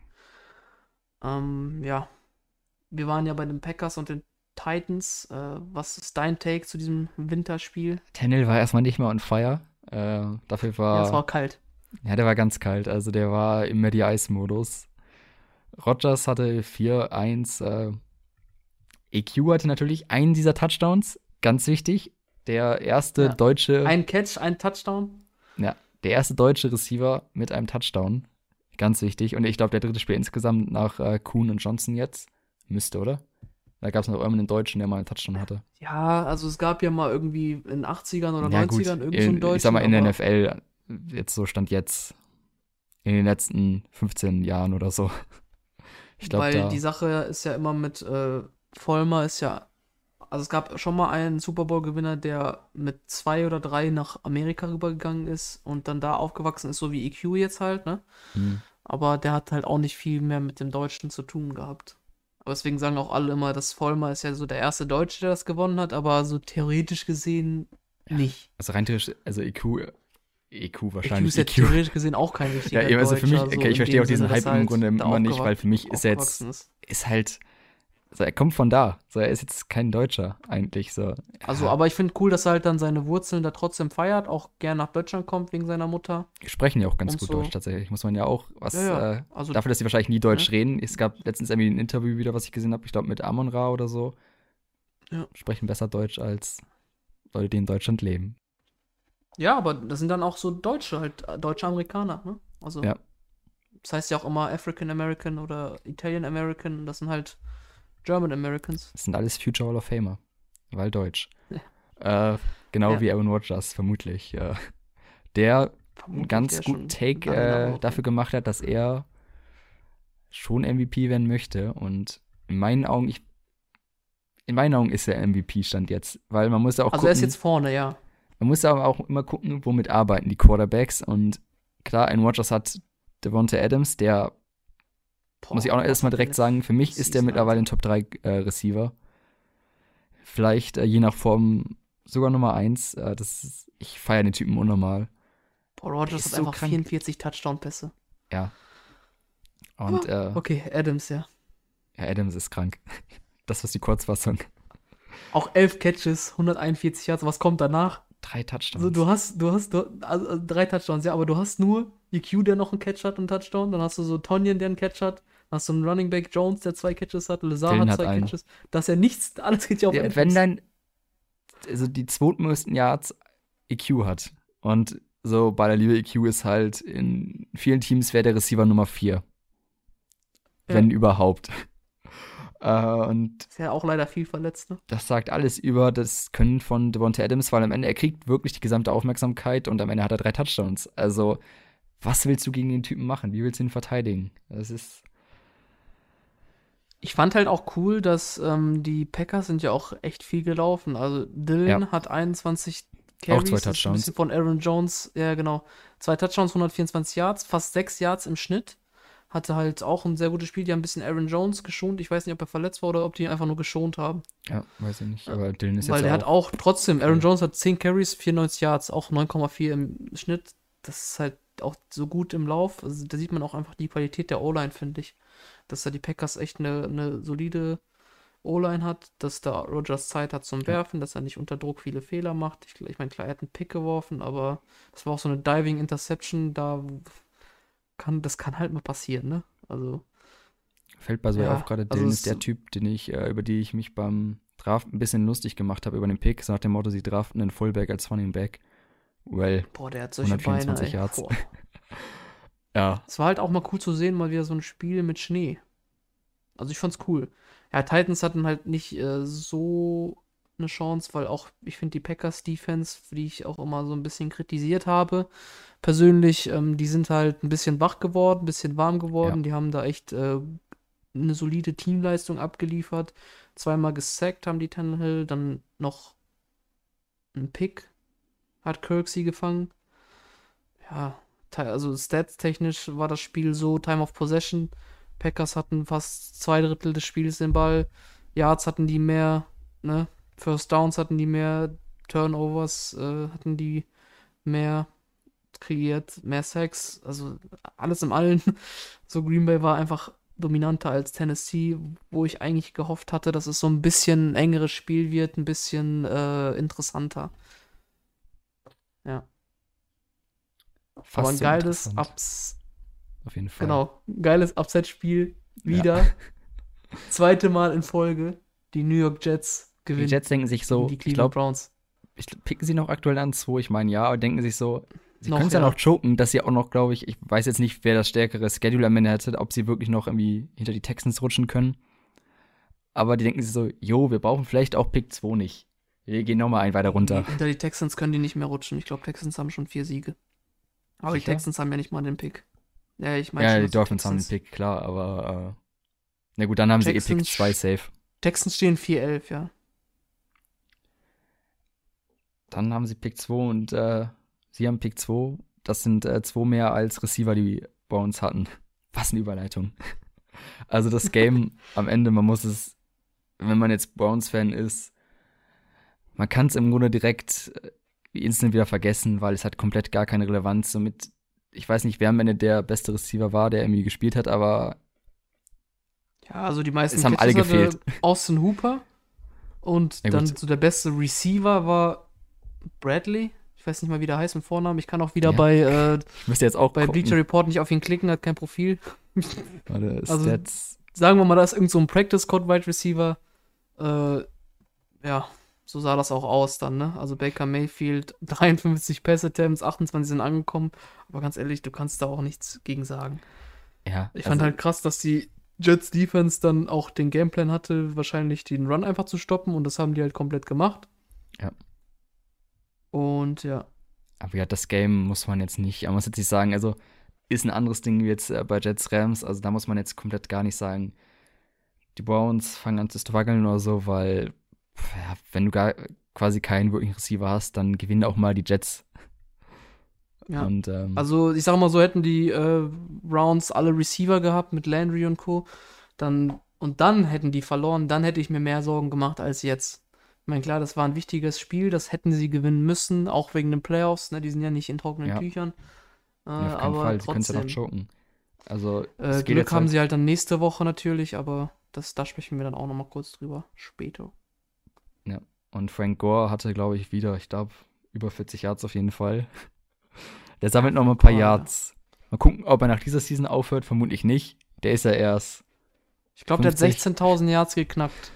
Ja. Wir waren ja bei den Packers und den Titans. Was ist dein Take zu diesem Winterspiel? Tannehill war erstmal nicht mehr on fire. Dafür war... Ja, es war kalt. Ja, der war ganz kalt. Also der war im Medi-Ice-Modus. Rodgers hatte 4-1. EQ hatte natürlich einen dieser Touchdowns. Ganz wichtig. Der erste deutsche... Ein Catch, ein Touchdown. Ja, der erste deutsche Receiver mit einem Touchdown. Ganz wichtig. Und ich glaube, der dritte Spiel insgesamt nach Kuhn und Johnson jetzt. Müsste, oder? Da gab es noch irgendeinen Deutschen, der mal einen Touchdown hatte. Ja, also es gab ja mal irgendwie in den 80ern oder Ja, gut. 90ern irgend so einen Deutschen. Ich sag mal, in der aber- NFL, jetzt so Stand jetzt, in den letzten 15 Jahren oder so. Ich glaube, Weil da. die Sache ist ja immer mit Vollmer ist ja, also es gab schon mal einen Super Bowl-Gewinner, der mit 2 oder 3 nach Amerika rübergegangen ist und dann da aufgewachsen ist, so wie EQ jetzt halt, ne? Aber der hat halt auch nicht viel mehr mit dem Deutschen zu tun gehabt. Aber deswegen sagen auch alle immer, dass Vollmer ist ja so der erste Deutsche, der das gewonnen hat, aber so theoretisch gesehen nicht. Also rein theoretisch, also EQ EQ wahrscheinlich. ist ja theoretisch gesehen auch kein richtiger Ja, also für mich, Deutscher, so okay, ich in verstehe dem auch diesen Sinne, dass Hype im er Grunde halt da immer nicht, weil für mich ist er jetzt, aufgewachsen ist. ist halt, also er kommt von da. So, er ist jetzt kein Deutscher eigentlich. So. Also, aber ich finde cool, dass er halt dann seine Wurzeln da trotzdem feiert, auch gern nach Deutschland kommt wegen seiner Mutter. Die sprechen ja auch ganz Und gut so. Deutsch tatsächlich. Muss man ja auch was, Ja. Also, dafür, dass sie wahrscheinlich nie Deutsch Ja. reden. Es gab letztens irgendwie ein Interview wieder, was ich gesehen habe, ich glaube mit Amon Ra oder so. Ja. Sprechen besser Deutsch als Leute, die in Deutschland leben. ja, aber das sind dann auch so Deutsche, halt deutsche Amerikaner, ne? Also, Ja. das heißt ja auch immer African American oder Italian American, das sind halt German Americans. Das sind alles Future Hall of Famer. Weil Deutsch. Genau Ja. wie Aaron Rodgers, vermutlich. Der einen Vermutlich ganz der guten schon Take lange lange dafür gemacht hat, dass er schon MVP werden möchte. Und in meinen Augen ist er MVP-Stand jetzt. Weil man muss ja auch Also, er ist gucken, jetzt vorne, ja. man muss aber auch immer gucken, womit arbeiten die Quarterbacks. Und klar, Aaron Rodgers hat Devonta Adams, der, muss ich auch noch erstmal direkt sagen, für mich ist der mittlerweile ein Top 3 Receiver. Vielleicht je nach Form sogar Nummer 1. Ich feiere den Typen unnormal. Paul Rogers ist hat so einfach krank. 44 Touchdown-Pässe. Ja. Und Okay, Adams, ja. ja, Adams ist krank. Das ist die Kurzfassung. Auch 11 Catches, 141 Yards. Was kommt danach? 3 Touchdowns. Also also 3 Touchdowns, ja, aber du hast nur EQ, der noch einen Catch hat, einen Touchdown. Dann hast du so Tonyan, der einen Catch hat. Dann hast du einen Running Back Jones, der 2 Catches hat. Lazar Dylan hat hat 2 einen. Catches. Das ist ja nichts, alles geht ja auf Ja, Adams. wenn dann also die zweitmeisten Yards EQ hat. Und so bei der Liga EQ ist halt in vielen Teams wäre der Receiver Nummer 4. Wenn überhaupt. Und Ist ja auch leider viel verletzt, ne? das sagt alles über das Können von Devonta Adams, weil am Ende er kriegt wirklich die gesamte Aufmerksamkeit und am Ende hat er 3 Touchdowns. Also, was willst du gegen den Typen machen? Wie willst du ihn verteidigen? Das ist Ich fand halt auch cool, dass die Packers sind ja auch echt viel gelaufen. Also Dylan hat 21 Carries. Auch 2 das ist ein Touchdowns. bisschen von Aaron Jones. Ja, genau. 2 Touchdowns, 124 Yards, fast 6 Yards im Schnitt. Hatte halt auch ein sehr gutes Spiel. Die haben ein bisschen Aaron Jones geschont. Ich weiß nicht, ob er verletzt war oder ob die ihn einfach nur geschont haben. ja, weiß ich nicht, aber Dylan ist Weil jetzt der auch hat auch trotzdem, Aaron Jones hat 10 Carries, 94 Yards, auch 9,4 im Schnitt. Das ist halt auch so gut im Lauf. Also da sieht man auch einfach die Qualität der O-Line, finde ich. Dass da die Packers echt eine solide O-Line hat, dass da Rodgers Zeit hat zum Werfen, dass er nicht unter Druck viele Fehler macht. Ich meine, klar, er hat einen Pick geworfen, aber das war auch so eine Diving Interception, das kann halt mal passieren, ne? Also, fällt bei so Ja, auf gerade, also Dylan es- ist der Typ, über die ich mich beim Draft ein bisschen lustig gemacht habe, über den Pick, so nach dem Motto, sie draften einen Fullback als Running Back. Well, boah, der hat solche Beine, 124 ey. Yards. Boah. ja, Es war halt auch mal cool zu sehen, mal wieder so ein Spiel mit Schnee. Also ich fand's cool. Ja, Titans hatten halt nicht so eine Chance, weil auch, ich finde, die Packers Defense, für die ich auch immer so ein bisschen kritisiert habe, persönlich, die sind halt ein bisschen wach geworden, ein bisschen warm geworden. Ja. Die haben da echt eine solide Teamleistung abgeliefert. 2-mal gesackt haben die Tannehill, dann noch ein Pick hat Kirksey gefangen. Ja, also stats-technisch war das Spiel so, Time of Possession. Packers hatten fast 2 Drittel des Spiels den Ball. Yards hatten die mehr, ne? First Downs hatten die mehr. Turnovers hatten die mehr kreiert. Mehr Sacks. Also alles im Allen. So Green Bay war einfach dominanter als Tennessee, wo ich eigentlich gehofft hatte, dass es so ein bisschen ein engeres Spiel wird, ein bisschen interessanter. Ja. fast Aber ein so geiles interessant, auf jeden Fall. Genau, ein geiles Upset-Spiel. Wieder. Zweite Mal in Folge. Die New York Jets Die gewinnen Jets denken sich so, gegen die ich Cleveland glaube, Browns. picken sie noch aktuell an 2, ich meine ja, aber denken sich so, sie Noch, können es ja ja. noch choken, dass sie auch noch, glaube ich weiß jetzt nicht, wer das stärkere Schedule am Ende hätte, ob sie wirklich noch irgendwie hinter die Texans rutschen können. aber die denken sich so, jo, wir brauchen vielleicht auch Pick 2 nicht. Wir gehen nochmal einen weiter runter. Hinter die Texans können die nicht mehr rutschen. Ich glaube, Texans haben schon 4 Siege. Aber die Sicher? Texans haben ja nicht mal den Pick. Ja, ich meine Ja, schon, die dass Dolphins haben den Texans- Pick, klar, aber na gut, dann haben sie Pick Texans- 2 safe. Texans stehen 4-11, ja. Dann haben sie Pick 2 und sie haben Pick 2. Das sind 2 mehr als Receiver, die Browns hatten. Was eine Überleitung. Also das Game am Ende, man muss es, wenn man jetzt Browns-Fan ist, man kann es im Grunde direkt instant wieder vergessen, weil es hat komplett gar keine Relevanz. Somit, ich weiß nicht, wer am Ende der beste Receiver war, der irgendwie gespielt hat, aber Ja, also die meisten Es haben alle Catches hatte gefehlt. Austin Hooper. Und Ja, dann gut. so der beste Receiver war Bradley. Ich weiß nicht mal, wie der heißt mit Vornamen. Ich kann auch wieder Ja. bei ich müsste jetzt auch gucken. Bleacher Report nicht auf ihn klicken, hat kein Profil. Warte, Also- Stats. Sagen wir mal, da ist irgend so ein Practice-Code-Wide Receiver. Ja, so sah das auch aus dann, ne? Also Baker Mayfield, 53 Pass-Attempts, 28 sind angekommen. Aber ganz ehrlich, du kannst da auch nichts gegen sagen. Ja, Ich fand halt krass, dass die Jets Defense dann auch den Gameplan hatte, wahrscheinlich den Run einfach zu stoppen. Und das haben die halt komplett gemacht. Ja. Und ja. Aber ja, das Game muss man jetzt nicht, man muss jetzt nicht sagen, also ist ein anderes Ding wie jetzt bei Jets Rams, also da muss man jetzt komplett gar nicht sagen, die Browns fangen an zu strugglen oder so, weil ja, wenn du gar quasi keinen wirklichen Receiver hast, dann gewinnen auch mal die Jets. Ja. Und Also, ich sag mal so, hätten die Rounds alle Receiver gehabt mit Landry und Co., dann hätten die verloren, dann hätte ich mir mehr Sorgen gemacht als jetzt. Ich meine, klar, das war ein wichtiges Spiel, das hätten sie gewinnen müssen, auch wegen den Playoffs, ne? Die sind ja nicht in trockenen Ja. Tüchern. ja, auf keinen Aber Fall, sie können es ja noch trotzdem, choken. Also es geht Glück jetzt haben halt, sie halt dann nächste Woche natürlich, aber da sprechen wir dann auch nochmal kurz drüber später. und Frank Gore hatte, glaube ich, wieder, ich glaube, über 40 Yards auf jeden Fall. Der sammelt noch mal ein paar Boah, ja. Yards. Mal gucken, ob er nach dieser Season aufhört, vermutlich nicht. Der ist ja erst Ich glaube, der hat 50. 16.000 Yards geknackt.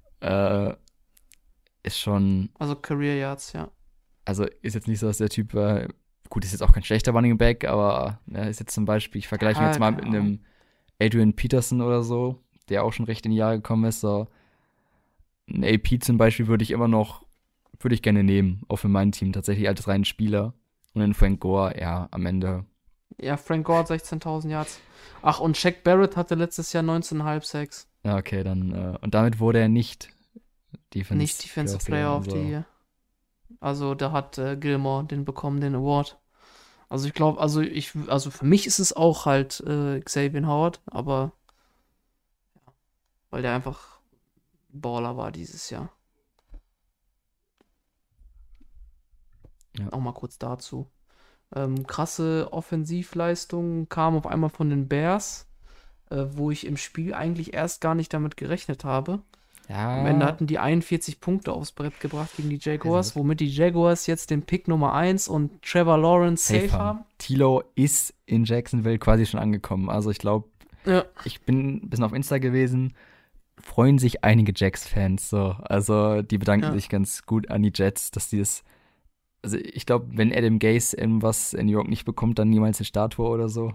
ist schon, Also Career Yards, ja. also ist jetzt nicht so, dass der Typ, gut, ist jetzt auch kein schlechter Running Back, aber ist jetzt zum Beispiel, ich vergleiche ihn Ja, jetzt mal mit keine einem Adrian Peterson oder so, der auch schon recht in die Jahre gekommen ist. So. Ein AP zum Beispiel würde ich gerne nehmen, auch für mein Team, tatsächlich als reinen Spieler. Und einen Frank Gore, ja, am Ende. Ja, Frank Gore hat 16.000 Yards. Ach, und Shaq Barrett hatte letztes Jahr 19,5 Sacks. Ja, okay, dann, und damit wurde er nicht Nicht Defensive Player of the Year. Also da hat Gilmore den bekommen, den Award. Also ich glaube, also für mich ist es auch halt Xavier Howard, aber ja, weil der einfach Baller war dieses Jahr. Ja. Auch mal kurz dazu. Krasse Offensivleistung kam auf einmal von den Bears, wo ich im Spiel eigentlich erst gar nicht damit gerechnet habe. Ja, Am Ende hatten die 41 Punkte aufs Brett gebracht gegen die Jaguars, Also- womit die Jaguars jetzt den Pick Nummer 1 und Trevor Lawrence safe haben. Tilo ist in Jacksonville quasi schon angekommen. Also ich glaube, Ja. ich bin ein bisschen auf Insta gewesen, freuen sich einige Jacks-Fans so. Also die bedanken Ja. sich ganz gut an die Jets, dass die das. Also ich glaube, wenn Adam Gase irgendwas in New York nicht bekommt, dann niemals eine Statue oder so.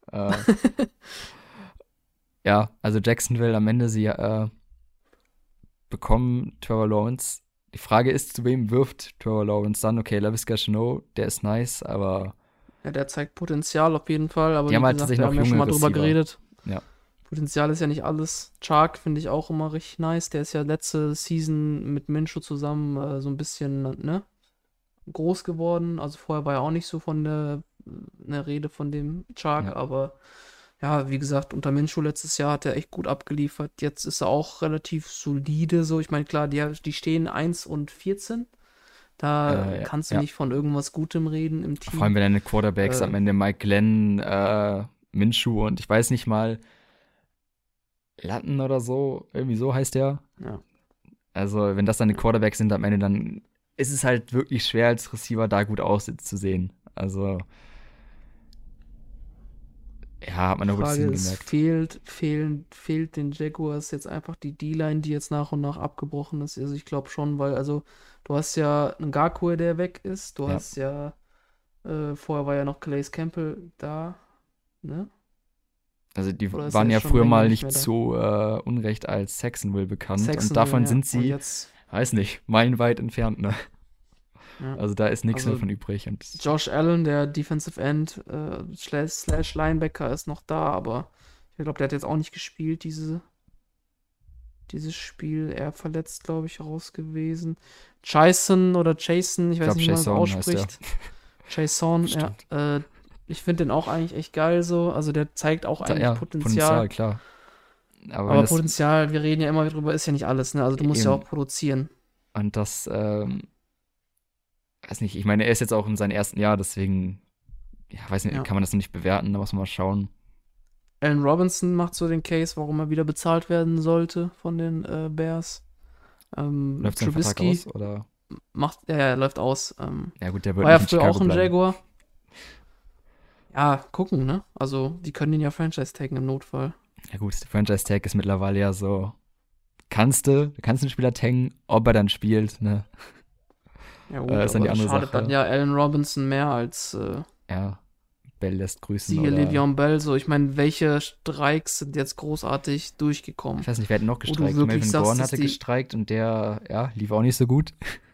Ja, also Jacksonville am Ende, sie bekommen Trevor Lawrence. Die Frage ist, zu wem wirft Trevor Lawrence dann? Okay, Laviska Shenault, der ist nice, aber Ja, der zeigt Potenzial auf jeden Fall, aber Die wie haben halt gesagt, tatsächlich wir haben noch ja schon mal junge drüber Receiver. geredet. Ja. Potenzial ist ja nicht alles. Chark finde ich auch immer richtig nice. Der ist ja letzte Season mit Minshew zusammen so ein bisschen, ne, groß geworden. Also vorher war ja auch nicht so von der Rede von dem Chark, Ja. aber ja, wie gesagt, unter Minshew letztes Jahr hat er echt gut abgeliefert. Jetzt ist er auch relativ solide so. Ich meine, klar, die stehen 1 und 14. Da Ja, kannst du ja. nicht von irgendwas Gutem reden im Team. vor allem, wenn deine Quarterbacks Äh. am Ende Mike Glenn, Minshew und ich weiß nicht mal Latten oder so, irgendwie so heißt der. Ja. Also, wenn das deine Quarterbacks sind am Ende, dann ist es halt wirklich schwer als Receiver da gut auszusehen. Also, ja, hat man Die auch ein Frage bisschen ist, gemerkt. fehlt den Jaguars jetzt einfach die D-Line, die jetzt nach und nach abgebrochen ist? Also ich glaube schon, weil also du hast ja einen Ngakwe, der weg ist. Du Ja. hast ja, vorher war ja noch Calais Campbell da, ne? Also die Oder ist waren er ja schon früher länger mal nicht nicht mehr da? zu Unrecht als Saxonville bekannt. Und Saxonville, davon ja. sind Und sie, jetzt, weiß nicht, meilenweit entfernt, ne? ja. Also da ist nichts Also mehr von übrig. Und Josh Allen, der Defensive End slash Linebacker, ist noch da, aber ich glaube, der hat jetzt auch nicht gespielt, dieses Spiel. Er verletzt, glaube ich, raus gewesen. Jason oder Jason, ich weiß glaub, nicht, wie man es Jason heißt ausspricht. Jason, ja. Stimmt. Ich finde den auch eigentlich echt geil so. Also der zeigt auch eigentlich Potenzial. klar. Aber wenn Aber das, Potenzial, wir reden ja immer drüber, ist ja nicht alles, ne? Also du musst ja Eben. auch produzieren. und das, weiß nicht, ich meine, er ist jetzt auch in seinem ersten Jahr, deswegen, ja, weiß nicht, Ja. kann man das noch nicht bewerten, da muss man mal schauen. Allen Robinson macht so den Case, warum er wieder bezahlt werden sollte von den Bears. Läuft sein Vertrag Trubisky aus, oder? er läuft aus. Ja gut, der wird War ja nicht in früher Chicago auch ein bleiben. Jaguar. Ja, gucken, ne? Also, die können den ja Franchise-taggen im Notfall. Ja gut, der Franchise-Tag ist mittlerweile ja so, du kannst einen Spieler taggen, ob er dann spielt, ne? Ja, gut, Ist dann aber die andere schadet Sache. dann ja Allen Robinson mehr als Ja, Bell lässt grüßen, siehe oder? Le'Veon Bell. So, ich meine, welche Streiks sind jetzt großartig durchgekommen? Ich weiß nicht, wer hat noch du gestreikt? wirklich Melvin sagst, Gordon dass hatte die- gestreikt und der, ja, lief auch nicht so gut.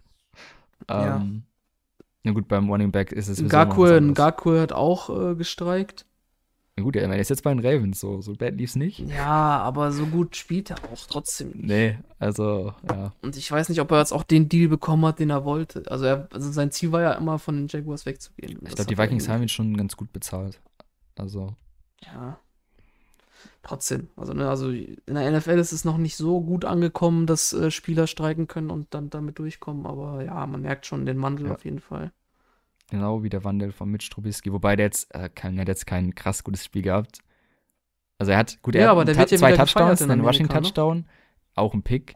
Ja. Na gut, beim Running Back ist es sowieso noch was anderes. Ngakwe hat auch gestreikt. Na gut, er ist jetzt bei den Ravens, so bad lief's nicht. Ja, aber so gut spielt er auch trotzdem nicht. Nee, also, ja. Und ich weiß nicht, ob er jetzt auch den Deal bekommen hat, den er wollte. Also sein Ziel war ja immer, von den Jaguars wegzugehen. Ich glaube, die Vikings haben ihn schon ganz gut bezahlt. Also, Ja. Trotzdem. Also in der NFL ist es noch nicht so gut angekommen, dass Spieler streiken können und dann damit durchkommen. Aber ja, man merkt schon den Wandel Ja. auf jeden Fall. genau wie der Wandel von Mitch Trubisky. Wobei der jetzt, er hat jetzt kein krass gutes Spiel gehabt. Also er hat, Ja, aber hat der wird ja zwei wieder gefeiert Touchdowns, in einen Amerika, ne? Rushing-Touchdown, auch ein Pick.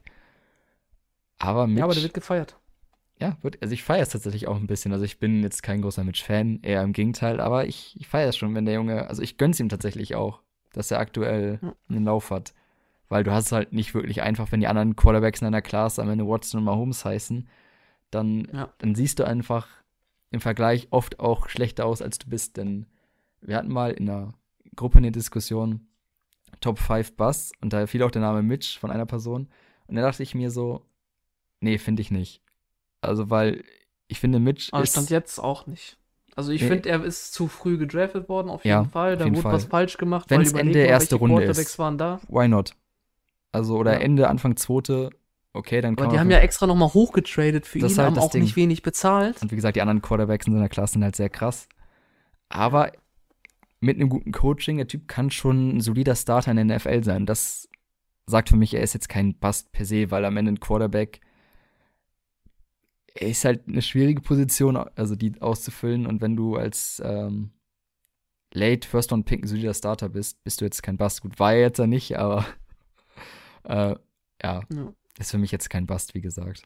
Aber Mitch, Ja, aber der wird gefeiert. ja, also ich feiere es tatsächlich auch ein bisschen. Also ich bin jetzt kein großer Mitch-Fan, eher im Gegenteil, aber ich feiere es schon, wenn der Junge, also ich gönn's ihm tatsächlich auch, dass er aktuell Ja. einen Lauf hat. Weil du hast es halt nicht wirklich einfach, wenn die anderen Quarterbacks in deiner Klasse am Ende Watson und Mahomes heißen, dann siehst du einfach im Vergleich oft auch schlechter aus, als du bist. Denn wir hatten mal in einer Gruppe eine Diskussion, Top 5 Busts, und da fiel auch der Name Mitch von einer Person. Und da dachte ich mir so, nee, finde ich nicht. Also, weil ich finde, Mitch Aber ist. Stand jetzt auch nicht. Also ich Nee. finde, er ist zu früh gedraftet worden, auf Ja, jeden Fall. auf Da jeden wurde Fall. was falsch gemacht, Wenn's überleg Ende mal, erste welche Runde Quarterbacks ist. waren da. Why not? Also, oder Ja. Ende, Anfang zweite, okay, dann kann Aber die man. haben ja extra nochmal hochgetradet für Das ihn, ist halt haben das auch Ding. nicht wenig bezahlt. Und wie gesagt, die anderen Quarterbacks in seiner Klasse sind halt sehr krass. Aber mit einem guten Coaching, der Typ kann schon ein solider Starter in der NFL sein. Das sagt für mich, er ist jetzt kein Bust per se, weil am Ende ein Quarterback, er ist halt eine schwierige Position, also die auszufüllen. Und wenn du als Late First Round Pick ein solider Starter bist, bist du jetzt kein Bust. Gut, war er jetzt ja nicht, aber ja, Ja. ist für mich jetzt kein Bust, wie gesagt.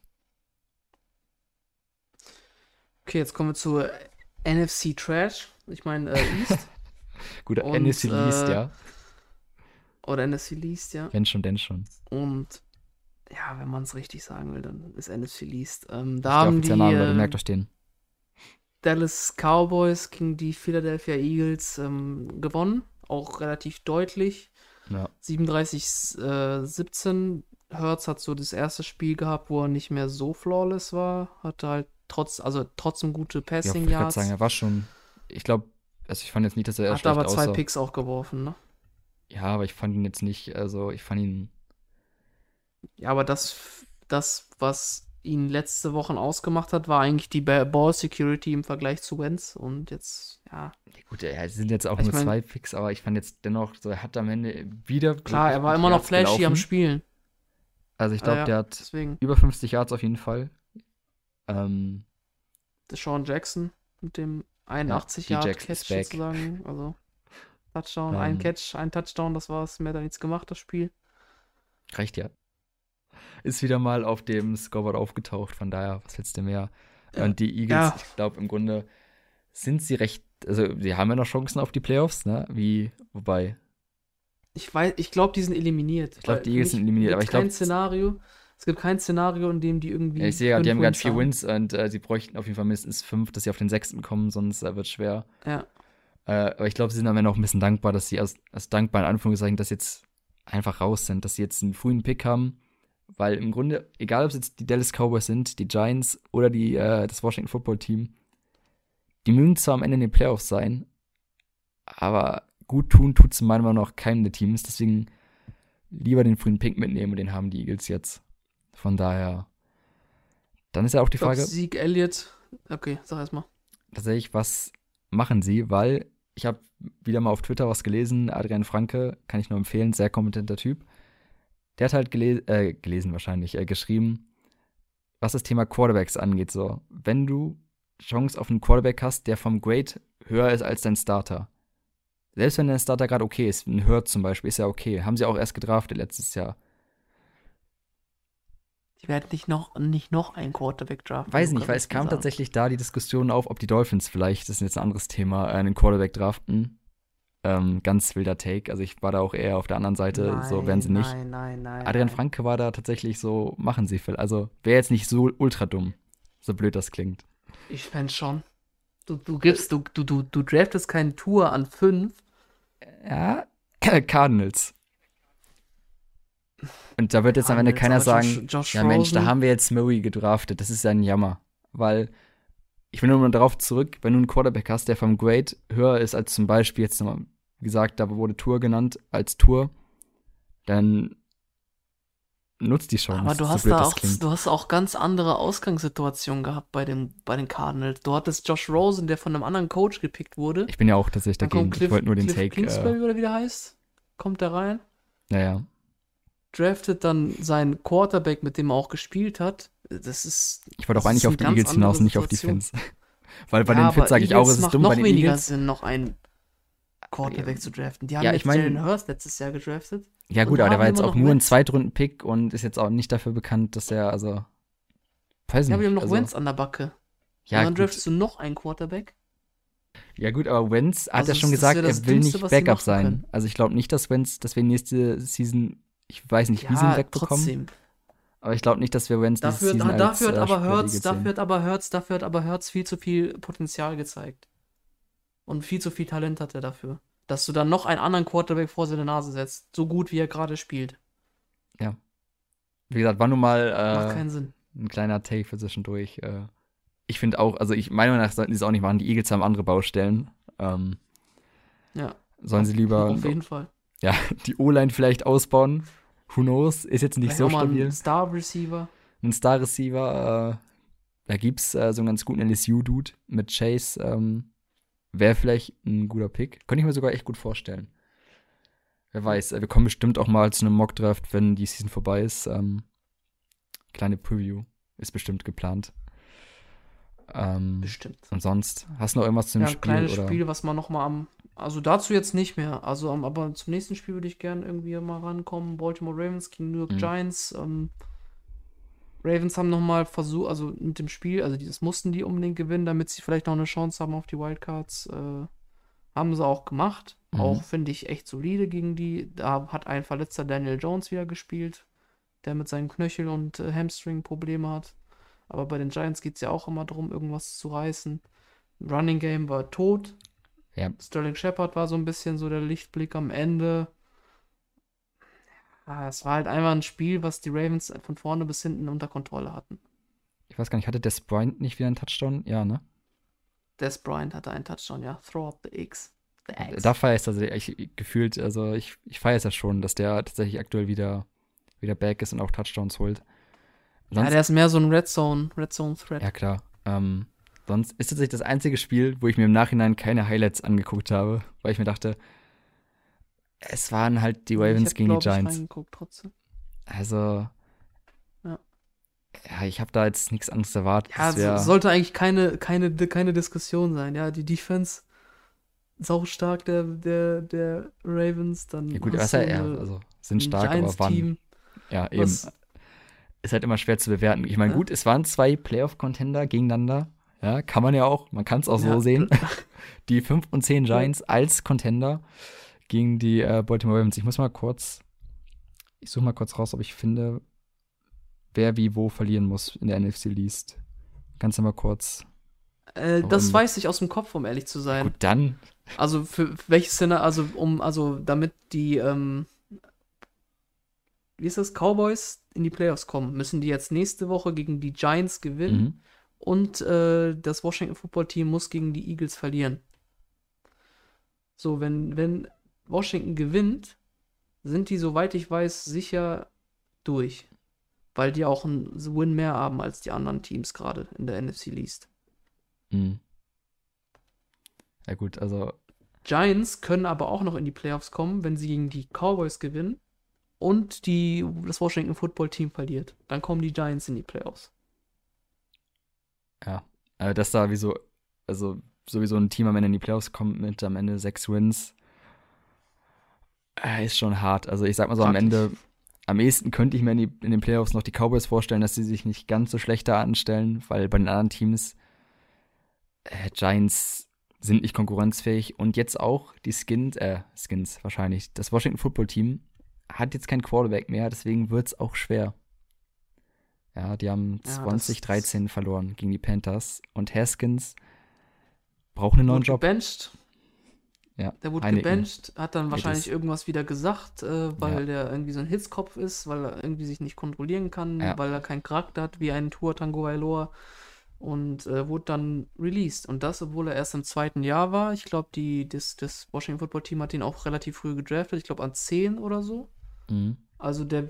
Okay, jetzt kommen wir zu NFC Trash. Ich meine East Gut, Und, NFC Least, ja. oder NFC Least, ja. Wenn schon, denn schon. Und ja, wenn man es richtig sagen will, dann ist NFC Least. Da Das ist der haben offizielle Name, Leute, die merkt euch den. Dallas Cowboys gegen die Philadelphia Eagles gewonnen. Auch relativ deutlich. Ja. 37-17. Hurts hat so das erste Spiel gehabt, wo er nicht mehr so flawless war. Hatte halt trotzdem gute Ja, Passing ich würde Yards. sagen, er war schon, ich glaube, also ich fand jetzt nicht, dass er Hat schlecht aber 2 aussah. Picks auch geworfen, ne? Ja, aber ich fand ihn jetzt nicht, also ich fand ihn, Ja, aber das, was ihn letzte Wochen ausgemacht hat, war eigentlich die Ball Security im Vergleich zu Wentz. Und jetzt, ja, gut, ja, es sind jetzt auch Ich nur mein- 2 Picks, aber ich fand jetzt dennoch, so er hat am Ende wieder klar, wirklich er war gute immer noch Yards flashy am gelaufen. Spielen. Also ich glaube, Ja, der hat deswegen. über 50 Yards auf jeden Fall. Deshaun Jackson mit dem die 81 Jackson Yard is Catch back. sozusagen. Also Touchdown, Ähm. ein Catch, ein Touchdown, das war's. Mehr hat er nichts gemacht, das Spiel. Reicht ja. Ist wieder mal auf dem Scoreboard aufgetaucht, von daher, was willst du mehr? Und die Eagles, Ja. ich glaube, im Grunde sind sie recht, also sie haben ja noch Chancen auf die Playoffs, ne? Wobei, Ich glaube, die sind eliminiert. Ich glaub, Weil die Eagles für sind mich eliminiert, aber gibt's ich glaub, kein Szenario. Es gibt kein Szenario, in dem die irgendwie. ja, ich sehe ja, die 5 haben gerade 4 haben. Wins und sie bräuchten auf jeden Fall mindestens 5, dass sie auf den 6. kommen, sonst wird es schwer. Ja. Aber ich glaube, sie sind am Ende auch ein bisschen dankbar, dass sie als dankbar in Anführungszeichen, dass sie jetzt einfach raus sind, dass sie jetzt einen frühen Pick haben. Weil im Grunde, egal ob es jetzt die Dallas Cowboys sind, die Giants oder das Washington Football Team, die mögen zwar am Ende in den Playoffs sein, aber gut tun tut es meiner Meinung nach keinem der Teams. Deswegen lieber den frühen Pick mitnehmen und den haben die Eagles jetzt. Von daher, dann ist ja auch die Frage. Zeke Elliott. Okay, sag erst mal. Tatsächlich, was machen sie? Weil ich habe wieder mal auf Twitter was gelesen. Adrian Franke, kann ich nur empfehlen, sehr kompetenter Typ. Der hat halt gelesen wahrscheinlich, geschrieben, was das Thema Quarterbacks angeht. So, wenn du Chance auf einen Quarterback hast, der vom Grade höher ist als dein Starter. Selbst wenn dein Starter gerade okay ist, ein Hurt zum Beispiel, ist ja okay. Haben sie auch erst gedraftet letztes Jahr. Die werden nicht noch einen Quarterback draften. Weiß nicht, weil es kam tatsächlich da die Diskussion auf, ob die Dolphins vielleicht, das ist jetzt ein anderes Thema, einen Quarterback draften. Ganz wilder Take. Also ich war da auch eher auf der anderen Seite, Nein, so werden sie nicht. Nein. Adrian Franke war da tatsächlich so, machen sie viel. Also wäre jetzt nicht so ultra dumm, so blöd das klingt. Ich fände schon. Du draftest keinen Tour an 5. Ja, Cardinals. Und da wird jetzt am Ende keiner sagen, Josh ja Mensch, Rosen. da haben wir jetzt Murray gedraftet. Das ist ja ein Jammer. Weil, ich will nur mal darauf zurück, wenn du einen Quarterback hast, der vom Grade höher ist als zum Beispiel, jetzt nochmal, wie gesagt, da wurde Tour genannt, als Tour, dann nutzt die Chance. Aber du hast so blöd da das auch, klingt. du hast auch ganz andere Ausgangssituationen gehabt bei den Cardinals. Du hattest Josh Rosen, der von einem anderen Coach gepickt wurde. Ich bin ja auch tatsächlich Dann dagegen. kommt Ich wollte nur den Cliff Take. Kingsbury oder wie der heißt, kommt da rein, Ja. draftet dann seinen Quarterback, mit dem er auch gespielt hat. Das ist. Ich wollte auch das eigentlich ist auf eine die ganz Eagles hinaus, andere nicht auf die Situation. Fins. Weil bei Ja, den Fins aber sage ich auch, Eagles es ist macht dumm noch bei den weniger Eagles. Sinn, noch einen Quarterback zu draften. Die haben Ja, jetzt ich mein- Jalen Hurst letztes Jahr gedraftet. Ja Und gut, aber der haben war jetzt immer auch noch nur ein Wentz. Zweitrunden-Pick und ist jetzt auch nicht dafür bekannt, dass er, also, weiß Ja, aber nicht. die haben noch also, Wentz an der Backe. ja, Und dann gut. draftest du noch einen Quarterback. Ja gut, aber Wentz hat Also ja schon das gesagt, wäre das er will Dümmste, nicht was sie Backup machen sein. können. Also ich glaube nicht, dass wir nächste Season, ich weiß nicht, wie sie ihn Ja, wegbekommen, trotzdem. aber ich glaube nicht, dass wir Wentz diese Dafür, Season als dafür hat aber Spieler Hurts, League dafür sehen. hat aber Hurts viel zu viel Potenzial gezeigt. Und viel zu viel Talent hat er dafür. Dass du dann noch einen anderen Quarterback vor seine Nase setzt. So gut, wie er gerade spielt. Wie gesagt, war nun Macht mal keinen Sinn. ein kleiner Take für zwischendurch. Ich finde auch, also meiner Meinung nach sollten die es auch nicht machen. Die Eagles haben andere Baustellen. Ja, Sollen sie lieber auf jeden Fall. die O-Line vielleicht ausbauen? Who knows? Ist jetzt nicht Vielleicht so auch mal stabil. einen Star-Receiver. Ein Star-Receiver, da gibt's so einen ganz guten LSU-Dude mit Chase. Wäre vielleicht ein guter Pick. Könnte ich mir sogar echt gut vorstellen. Wer weiß, wir kommen bestimmt auch mal zu einem Mock-Draft, wenn die Season vorbei ist. Kleine Preview ist bestimmt geplant. Bestimmt. Und sonst, hast du noch irgendwas zu dem Ja, ein Spiel? kleines Oder? Spiel, was man nochmal also dazu jetzt nicht mehr. Also, aber zum nächsten Spiel würde ich gerne irgendwie mal rankommen. Baltimore Ravens gegen New York Giants. Ravens haben nochmal versucht, also mit dem Spiel, also das mussten die unbedingt gewinnen, damit sie vielleicht noch eine Chance haben auf die Wildcards. Haben sie auch gemacht. Auch finde ich echt solide gegen die. Da hat ein verletzter Daniel Jones wieder gespielt, der mit seinen Knöchel und Hamstring Probleme hat. Aber bei den Giants geht es ja auch immer darum, irgendwas zu reißen. Running Game war tot. Ja. Sterling Shepard war so ein bisschen so der Lichtblick am Ende. Ja, es war halt einfach ein Spiel, was die Ravens von vorne bis hinten unter Kontrolle hatten. Ich weiß gar nicht, hatte Des Bryant nicht wieder einen Touchdown? Ja, ne? Des Bryant hatte einen Touchdown, ja. Throw up the X. The X. Da feiere ich es tatsächlich gefühlt, also ich feiere es ja schon, dass der tatsächlich aktuell wieder back ist und auch Touchdowns holt. Ja, der ist mehr so ein Red Zone Threat. Ja, klar. Sonst ist tatsächlich das einzige Spiel, wo ich mir im Nachhinein keine Highlights angeguckt habe, weil ich mir dachte, es waren halt die Ravens gegen die Giants. Reingeguckt, trotzdem. Also, ja, ich habe da jetzt nichts anderes erwartet. Ja, es sollte eigentlich keine Diskussion sein. Ja, die Defense saustark der Ravens, dann ja gut, hast was du also sind ein stark, aber wann? Giants-Team, Ja, eben. was- Ist halt immer schwer zu bewerten. Ich meine, Ja. gut, es waren 2 Playoff-Contender gegeneinander. Ja, kann man ja auch. Man kann es auch so Ja. sehen. Die 5 und 10 Giants als Contender gegen die Baltimore Ravens. Ich suche mal kurz raus, ob ich finde, wer wie wo verlieren muss in der NFC Least. Kannst du mal kurz. Das weiß ich aus dem Kopf, um ehrlich zu sein. Gut, dann. Also für welches Szenario, damit die, wie ist das, Cowboys in die Playoffs kommen, müssen die jetzt nächste Woche gegen die Giants gewinnen und das Washington Football Team muss gegen die Eagles verlieren. So, wenn Washington gewinnt, sind die, soweit ich weiß, sicher durch. Weil die auch einen Win mehr haben als die anderen Teams gerade in der NFC East. Mhm. Ja gut, also Giants können aber auch noch in die Playoffs kommen, wenn sie gegen die Cowboys gewinnen und das Washington Football Team verliert. Dann kommen die Giants in die Playoffs. ja, dass da also sowieso ein Team am Ende in die Playoffs kommt mit am Ende 6 Wins, ist schon hart. Also ich sag mal so, am Ende, am ehesten könnte ich mir in den Playoffs noch die Cowboys vorstellen, dass sie sich nicht ganz so schlecht da anstellen, weil bei den anderen Teams Giants sind nicht konkurrenzfähig und jetzt auch die Skins wahrscheinlich. Das Washington Football Team hat jetzt keinen Quarterback mehr, deswegen wird es auch schwer. Ja, die haben 2013 verloren gegen die Panthers und Haskins braucht einen neuen Job. Gebencht. Ja, Der wurde gebencht, hat dann wahrscheinlich irgendwas wieder gesagt, weil der irgendwie so ein Hitzkopf ist, weil er irgendwie sich nicht kontrollieren kann, weil er keinen Charakter hat wie ein Tua Tagovailoa und wurde dann released. Und das, obwohl er erst im 2. Jahr war. Ich glaube, das Washington Football Team hat ihn auch relativ früh gedraftet, ich glaube an 10 oder so. Mhm. Also der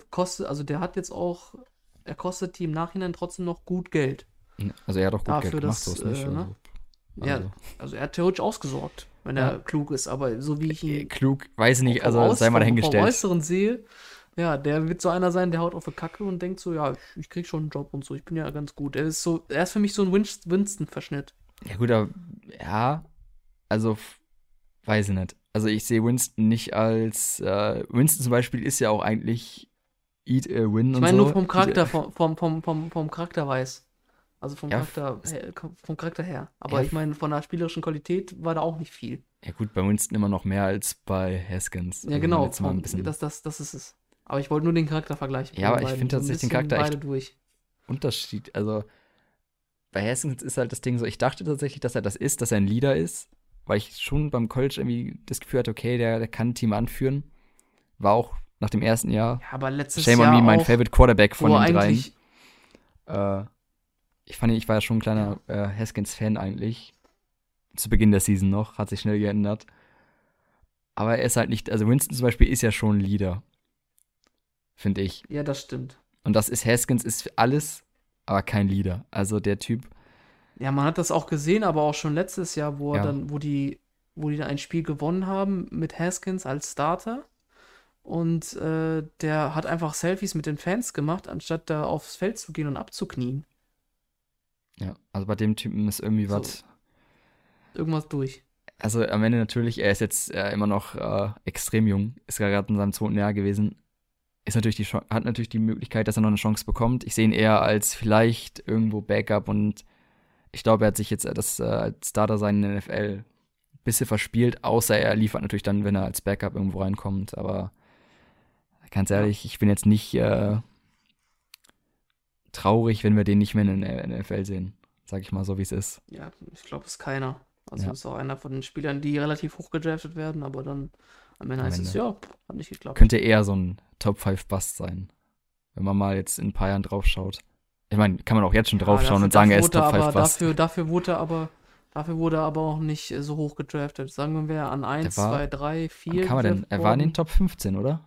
kostet die im Nachhinein trotzdem noch gut Geld. Also er hat auch gut Dafür, Geld gemacht, dass, so ist nicht. ne? Ja, also er hat theoretisch ausgesorgt, wenn er klug ist, aber so wie ich ihn klug, weiß nicht, also sei mal dahingestellt. Vom Äußeren sehe, ja, der wird so einer sein, der haut auf die Kacke und denkt so, ja, ich krieg schon einen Job und so, ich bin ja ganz gut. Er ist für mich so ein Winston-Verschnitt. Ja gut, aber also weiß ich nicht. Also ich sehe Winston nicht als, Winston zum Beispiel ist ja auch eigentlich Eat a Win und so. Ich meine nur vom Charakter, vom Charakter weiß. Also vom Charakter her. Aber ich meine, von der spielerischen Qualität war da auch nicht viel. Ja gut, bei Winston immer noch mehr als bei Haskins. Ja, genau. Das ist es. Aber ich wollte nur den Charakter vergleichen. Ja, aber ich finde tatsächlich den Charakter beide durch. Unterschied. Also bei Haskins ist halt das Ding so, ich dachte tatsächlich, dass er dass er ein Leader ist, weil ich schon beim College irgendwie das Gefühl hatte, okay, der kann ein Team anführen. War auch nach dem ersten Jahr. Ja, aber letztes Shame Jahr on me, mein auch, Favorite Quarterback von den dreien. Ich war ja schon ein kleiner Haskins-Fan eigentlich. Zu Beginn der Season noch, hat sich schnell geändert. Aber er ist halt nicht, also Winston zum Beispiel ist ja schon ein Leader. Finde ich. Ja, das stimmt. Und Haskins ist alles, aber kein Leader. Also der Typ. Ja, man hat das auch gesehen, aber auch schon letztes Jahr, wo die dann ein Spiel gewonnen haben mit Haskins als Starter. Und der hat einfach Selfies mit den Fans gemacht, anstatt da aufs Feld zu gehen und abzuknien. Ja, also bei dem Typen ist irgendwie was. Irgendwas durch. Also am Ende natürlich, er ist jetzt immer noch extrem jung, ist gerade in seinem 2. Jahr gewesen. Hat natürlich die Möglichkeit, dass er noch eine Chance bekommt. Ich sehe ihn eher als vielleicht irgendwo Backup und ich glaube, er hat sich jetzt als Starter sein in der NFL ein bisschen verspielt, außer er liefert natürlich dann, wenn er als Backup irgendwo reinkommt. Aber ganz ehrlich, ich bin jetzt nicht traurig, wenn wir den nicht mehr in der NFL sehen. Sag ich mal so, wie es ist. Ja, ich glaube, es ist keiner. Also ist auch einer von den Spielern, die relativ hoch gedraftet werden, aber dann am Ende heißt es, hat nicht geklappt. Könnte eher so ein Top-5-Bust sein, wenn man mal jetzt in ein paar Jahren drauf schaut. Ich meine, kann man auch jetzt schon drauf schauen und sagen, er ist Top-5-Bust. Dafür wurde er aber auch nicht so hoch gedraftet. Sagen wir an 1, 2, 3, 4. Er war in den Top 15, oder?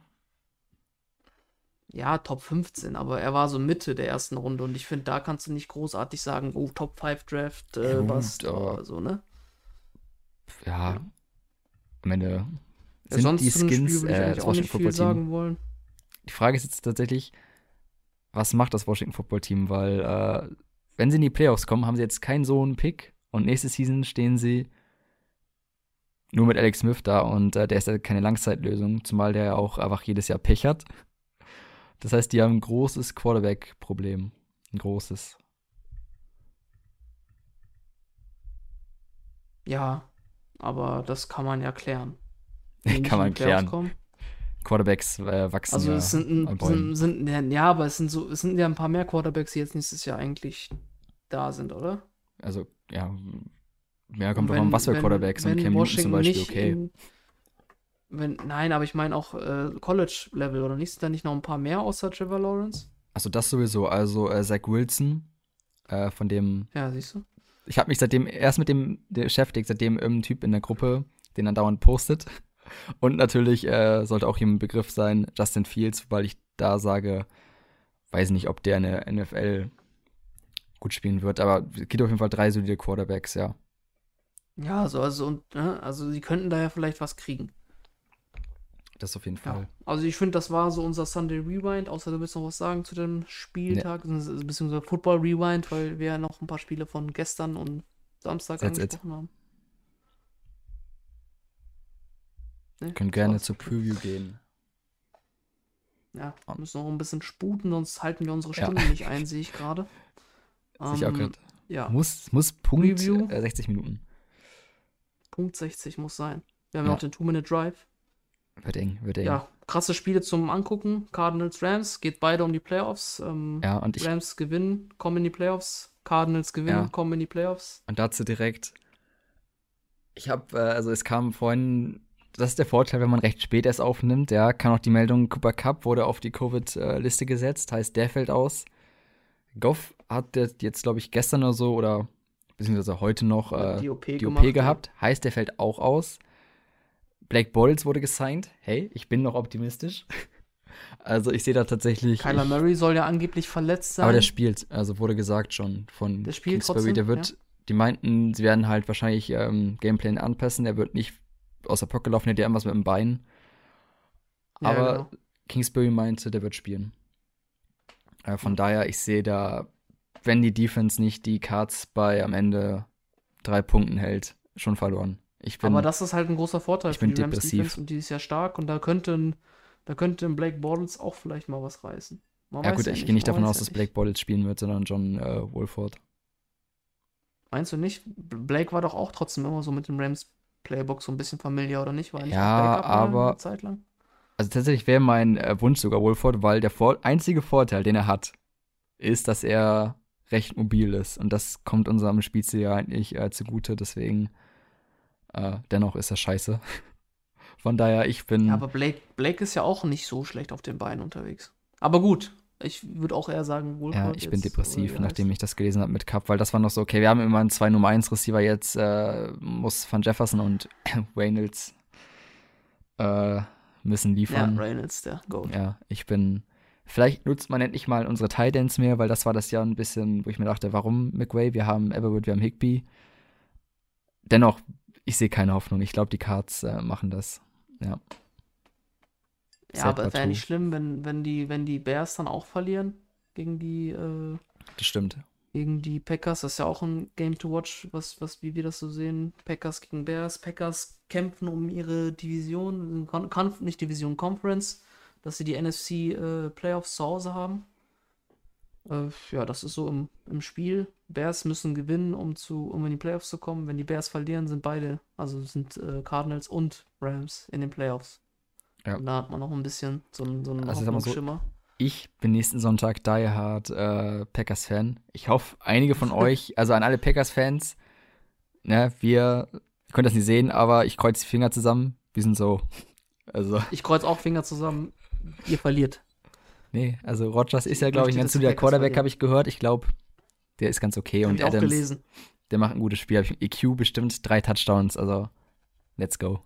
Ja, Top 15, aber er war so Mitte der ersten Runde und ich finde, da kannst du nicht großartig sagen, Top 5 Draft, was oder so, ne? Ja, am Ende sind sonst die Skins auch nicht viel sagen wollen. Die Frage ist jetzt tatsächlich, was macht das Washington Football Team? Weil, wenn sie in die Playoffs kommen, haben sie jetzt keinen so einen Pick und nächste Season stehen sie nur mit Alex Smith da und der ist ja keine Langzeitlösung, zumal der ja auch einfach jedes Jahr Pech hat. Das heißt, die haben ein großes Quarterback-Problem. Ein großes. Ja, aber das kann man ja klären. Kann man klären. Quarterbacks wachsen. Also es sind ja ein paar mehr Quarterbacks, die jetzt nächstes Jahr eigentlich da sind, oder? Also, ja, mehr kommt drauf an, was für Quarterbacks. Und Cam Newton zum Beispiel, okay. Nein, aber ich meine auch College-Level, oder nicht? Sind da nicht noch ein paar mehr außer Trevor Lawrence? Also das sowieso. Also Zach Wilson, von dem. Ja, siehst du. Ich habe mich seitdem erst mit dem beschäftigt, seitdem irgendein Typ in der Gruppe, den er dauernd postet. Und natürlich sollte auch hier ein Begriff sein, Justin Fields, weil ich da sage, weiß nicht, ob der in der NFL gut spielen wird, aber es gibt auf jeden Fall 3 solide Quarterbacks, ja. Ja, also sie könnten da ja vielleicht was kriegen. Das auf jeden Ja. Fall. Also ich finde, das war so unser Sunday Rewind, außer du willst noch was sagen zu dem Spieltag, beziehungsweise Football Rewind, weil wir ja noch ein paar Spiele von gestern und Samstag That's angesprochen haben. Ne, Können das gerne war's. zur Preview gehen. Ja, wir müssen noch ein bisschen sputen, sonst halten wir unsere Ja. Stunde nicht ein, sehe ich gerade. Sehe ich auch gerade. Ja, Muss Punkt Preview. 60 Minuten. Punkt 60 muss sein. Wir haben Ja. ja auch den 2-Minute-Drive. Wird eng. Ja, krasse Spiele zum Angucken. Cardinals, Rams, geht beide um die Playoffs. Ja, und Rams gewinnen, kommen in die Playoffs. Cardinals gewinnen, Ja. kommen in die Playoffs. Und dazu direkt, ich habe, also es kam vorhin, das ist der Vorteil, wenn man recht spät erst aufnimmt, ja, kann auch die Meldung, Cooper Kupp wurde auf die Covid-Liste gesetzt, heißt, der fällt aus. Goff hat jetzt, glaube ich, gestern oder so, oder beziehungsweise heute noch Die OP die gemacht, OP gehabt, heißt, der fällt auch aus. Blake Bortles wurde gesigned, hey, ich bin noch optimistisch. Also ich sehe da tatsächlich. Kyler Murray soll ja angeblich verletzt sein. Aber der spielt, also wurde gesagt schon von Der spielt Kingsbury, trotzdem, der wird, die meinten, sie werden halt wahrscheinlich Gameplan anpassen, der wird nicht aus der Pocket gelaufen, der hat irgendwas mit dem Bein. Ja, Aber genau. Kingsbury meinte, der wird spielen. Von daher, ich sehe da, wenn die Defense nicht die Cards bei am Ende 3 Punkten hält, schon verloren. Aber das ist halt ein großer Vorteil ich für bin die Rams depressiv. Defense und die ist ja stark und da könnte ein Blake Bortles auch vielleicht mal was reißen. Man Ja weiß gut, ja ich gehe nicht man davon weiß aus, ja dass nicht. Blake Bortles spielen wird, sondern John Wolford. Meinst du nicht? Blake war doch auch trotzdem immer so mit dem Rams Playbook so ein bisschen familiar, oder nicht? War er nicht Ja, auch Backup mal aber- eine Zeit lang? Also tatsächlich wäre mein Wunsch sogar Wolford, weil der einzige Vorteil, den er hat, ist, dass er recht mobil ist. Und das kommt unserem Spielstil ja eigentlich zugute, deswegen dennoch ist er scheiße. Von daher, ich bin. Ja, aber Blake ist ja auch nicht so schlecht auf den Beinen unterwegs. Aber gut, ich würde auch eher sagen, Wolford. Ja, ich bin jetzt, depressiv, oder wie nachdem heißt. ich das gelesen habe mit Cup, weil das war noch so, okay, wir haben immer einen 2 Nummer 1 Receiver, jetzt muss Van Jefferson und Reynolds müssen Ja, liefern. Reynolds, der Goat. Ja, vielleicht nutzt man endlich mal unsere Tight Ends mehr, weil das war das Jahr ein bisschen, wo ich mir dachte, warum McVay? Wir haben Everwood, wir haben Higbee. Dennoch, ich sehe keine Hoffnung. Ich glaube, die Cards machen das. Ja. Ja, aber Sad but wäre nicht true. schlimm, wenn die Bears dann auch verlieren gegen die Das stimmt. Packers. Das ist ja auch ein Game to watch, wie wir das so sehen. Packers gegen Bears. Packers kämpfen um ihre Division, nicht Division, Conference, dass sie die NFC Playoffs zu Hause haben. Ja, das ist so im Spiel. Bears müssen gewinnen, um in die Playoffs zu kommen. Wenn die Bears verlieren, sind Cardinals und Rams in den Playoffs. Ja. Und da hat man noch ein bisschen so einen Also, sag mal so, Hoffnungsschimmer. Ich bin nächsten Sonntag Die Hard Packers-Fan. Ich hoffe, einige von euch, also an alle Packers-Fans, ne, ihr könnt das nicht sehen, aber ich kreuze die Finger zusammen. Wir sind so, also, Ich kreuz auch Finger zusammen. Ihr verliert. nee, also Rodgers ist ja, Ich glaube ich, möchte, ein dass ganz die guter Packers Quarterback, verlieren. habe ich gehört. Ich glaube, der ist ganz okay. Hab Und ich auch Adams, gelesen. der macht ein gutes Spiel. Hab ich EQ bestimmt 3 Touchdowns, also let's go.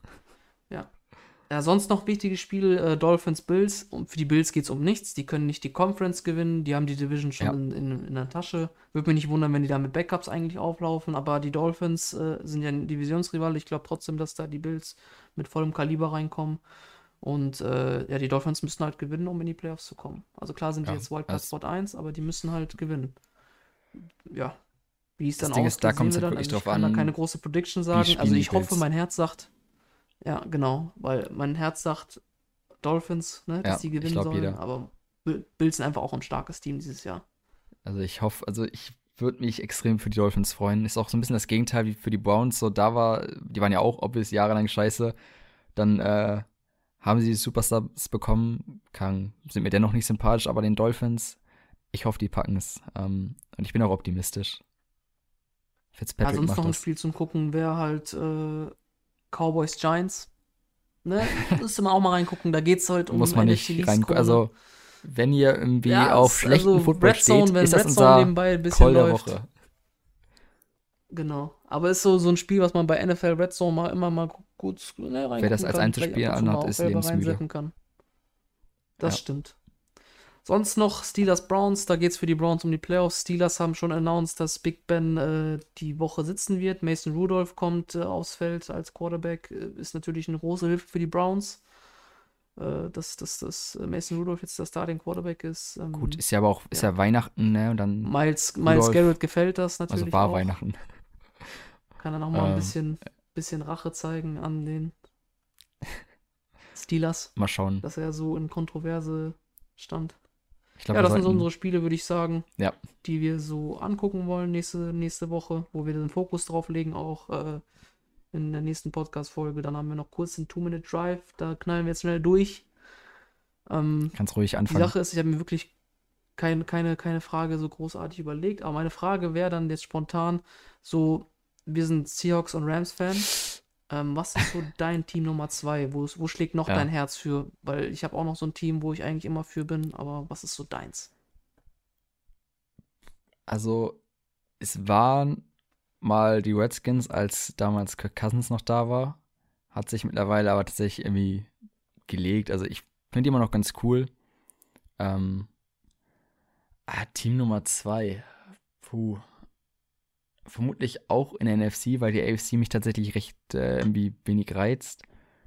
Ja, sonst noch wichtiges Spiel, Dolphins Bills. Und für die Bills geht es um nichts. Die können nicht die Conference gewinnen. Die haben die Division schon Ja. in der Tasche. Würde mich nicht wundern, wenn die da mit Backups eigentlich auflaufen. Aber die Dolphins sind ja ein Divisionsrival. Ich glaube trotzdem, dass da die Bills mit vollem Kaliber reinkommen. Und ja, die Dolphins müssen halt gewinnen, um in die Playoffs zu kommen. Also klar sind die Ja, jetzt Wildcard also- Spot 1, aber die müssen halt gewinnen. Ja. Wie es Das dann Ding ist, da ausgeht, kommt's sehen wir halt dann. wirklich Also ich drauf kann da an, keine große Prediction sagen. spielen Also die ich hoffe, Bills. mein Herz sagt, ja, genau, weil mein Herz sagt Dolphins, ne, dass Ja, die ich gewinnen glaub, sollen. jeder. Aber Bills sind einfach auch ein starkes Team dieses Jahr. Also ich hoffe, ich würde mich extrem für die Dolphins freuen. Ist auch so ein bisschen das Gegenteil wie für die Browns. So, die waren ja auch obvious jahrelang scheiße. Dann haben sie die Superstars bekommen, sind mir dennoch nicht sympathisch, aber den Dolphins, ich hoffe, die packen es. Und ich bin auch optimistisch. Fitzpatrick sonst macht noch ein das. Spiel zum Gucken wäre halt Cowboys Giants. Ne? Müsste man auch mal reingucken. Da geht's halt um Muss man NFC nicht East reingucken. Krone. Also, wenn ihr irgendwie Ja, auf schlechten Football Red Zone, steht, wenn ist das Red Zone unser nebenbei ein bisschen Call der läuft. Woche. Genau. Aber ist so ein Spiel, was man bei NFL Red Zone immer mal gut reingucken Wer das als kann. Einzelspiel Vielleicht ab und zu mal anhat, auch ist selber lebensmüde. reinsetzen kann. Das Ja. stimmt. Sonst noch Steelers-Browns, da geht's für die Browns um die Playoffs. Steelers haben schon announced, dass Big Ben die Woche sitzen wird. Mason Rudolph kommt aufs Feld als Quarterback. Ist natürlich eine große Hilfe für die Browns. Dass Mason Rudolph jetzt der Starting Quarterback ist. Gut, ist ja aber auch ist ja Weihnachten, ne? Und dann Miles Rudolph, Garrett gefällt das natürlich also war auch. Weihnachten. Kann er noch mal ein Ähm. bisschen Rache zeigen an den Steelers, Mal schauen. dass er so in Kontroverse stand. Ich glaube, Ja, wir das sind so sollten, unsere Spiele, würde ich sagen, ja, die wir so angucken wollen nächste Woche, wo wir den Fokus drauf legen, auch in der nächsten Podcast-Folge. Dann haben wir noch kurz den 2-Minute-Drive, da knallen wir jetzt schnell durch. kannst ruhig Die anfangen. Sache ist, ich habe mir wirklich keine Frage so großartig überlegt, aber meine Frage wäre dann jetzt spontan so, wir sind Seahawks und Rams-Fan. Was ist so dein Team Nummer 2? Wo schlägt noch Ja. dein Herz für? Weil ich habe auch noch so ein Team, wo ich eigentlich immer für bin, aber was ist so deins? Also, es waren mal die Redskins, als damals Kirk Cousins noch da war. Hat sich mittlerweile aber tatsächlich irgendwie gelegt. Also, ich finde die immer noch ganz cool. Team Nummer 2. Puh. Vermutlich auch in der NFC, weil die AFC mich tatsächlich recht irgendwie wenig reizt.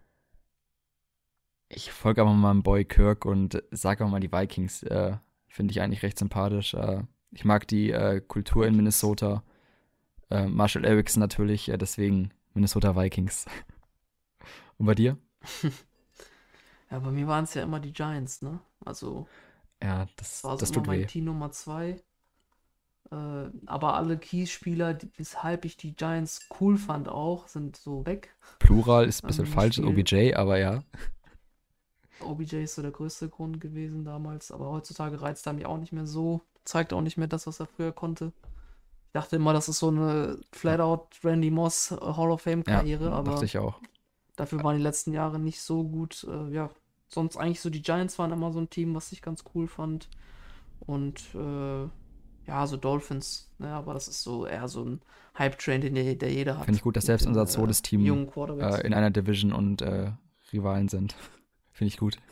Ich folge aber mal meinem Boy Kirk und sage auch mal die Vikings. Finde ich eigentlich recht sympathisch. Ich mag die Kultur in Minnesota. Marshall Erickson natürlich, deswegen Minnesota Vikings. Und bei dir? Ja, bei mir waren es ja immer die Giants, ne? Also, Ja, das war so immer tut mein weh. Team Nummer 2. Aber alle Key-Spieler, weshalb ich die Giants cool fand auch, sind so weg. Plural ist ein bisschen Im falsch, Spiel. OBJ, aber ja. OBJ ist so der größte Grund gewesen damals, aber heutzutage reizt er mich auch nicht mehr so. Zeigt auch nicht mehr das, was er früher konnte. Ich dachte immer, das ist so eine flat-out Randy Moss Hall of Fame-Karriere, Ja, aber dachte ich auch. dafür waren die letzten Jahre nicht so gut. Ja, sonst eigentlich so die Giants waren immer so ein Team, was ich ganz cool fand. Und ja, so Dolphins, ne, aber das ist so eher so ein Hype-Train, der jeder hat. Finde ich gut, dass Mit selbst den, unser zweites Team jungen Quarterbacks. in einer Division und Rivalen sind. Finde ich gut.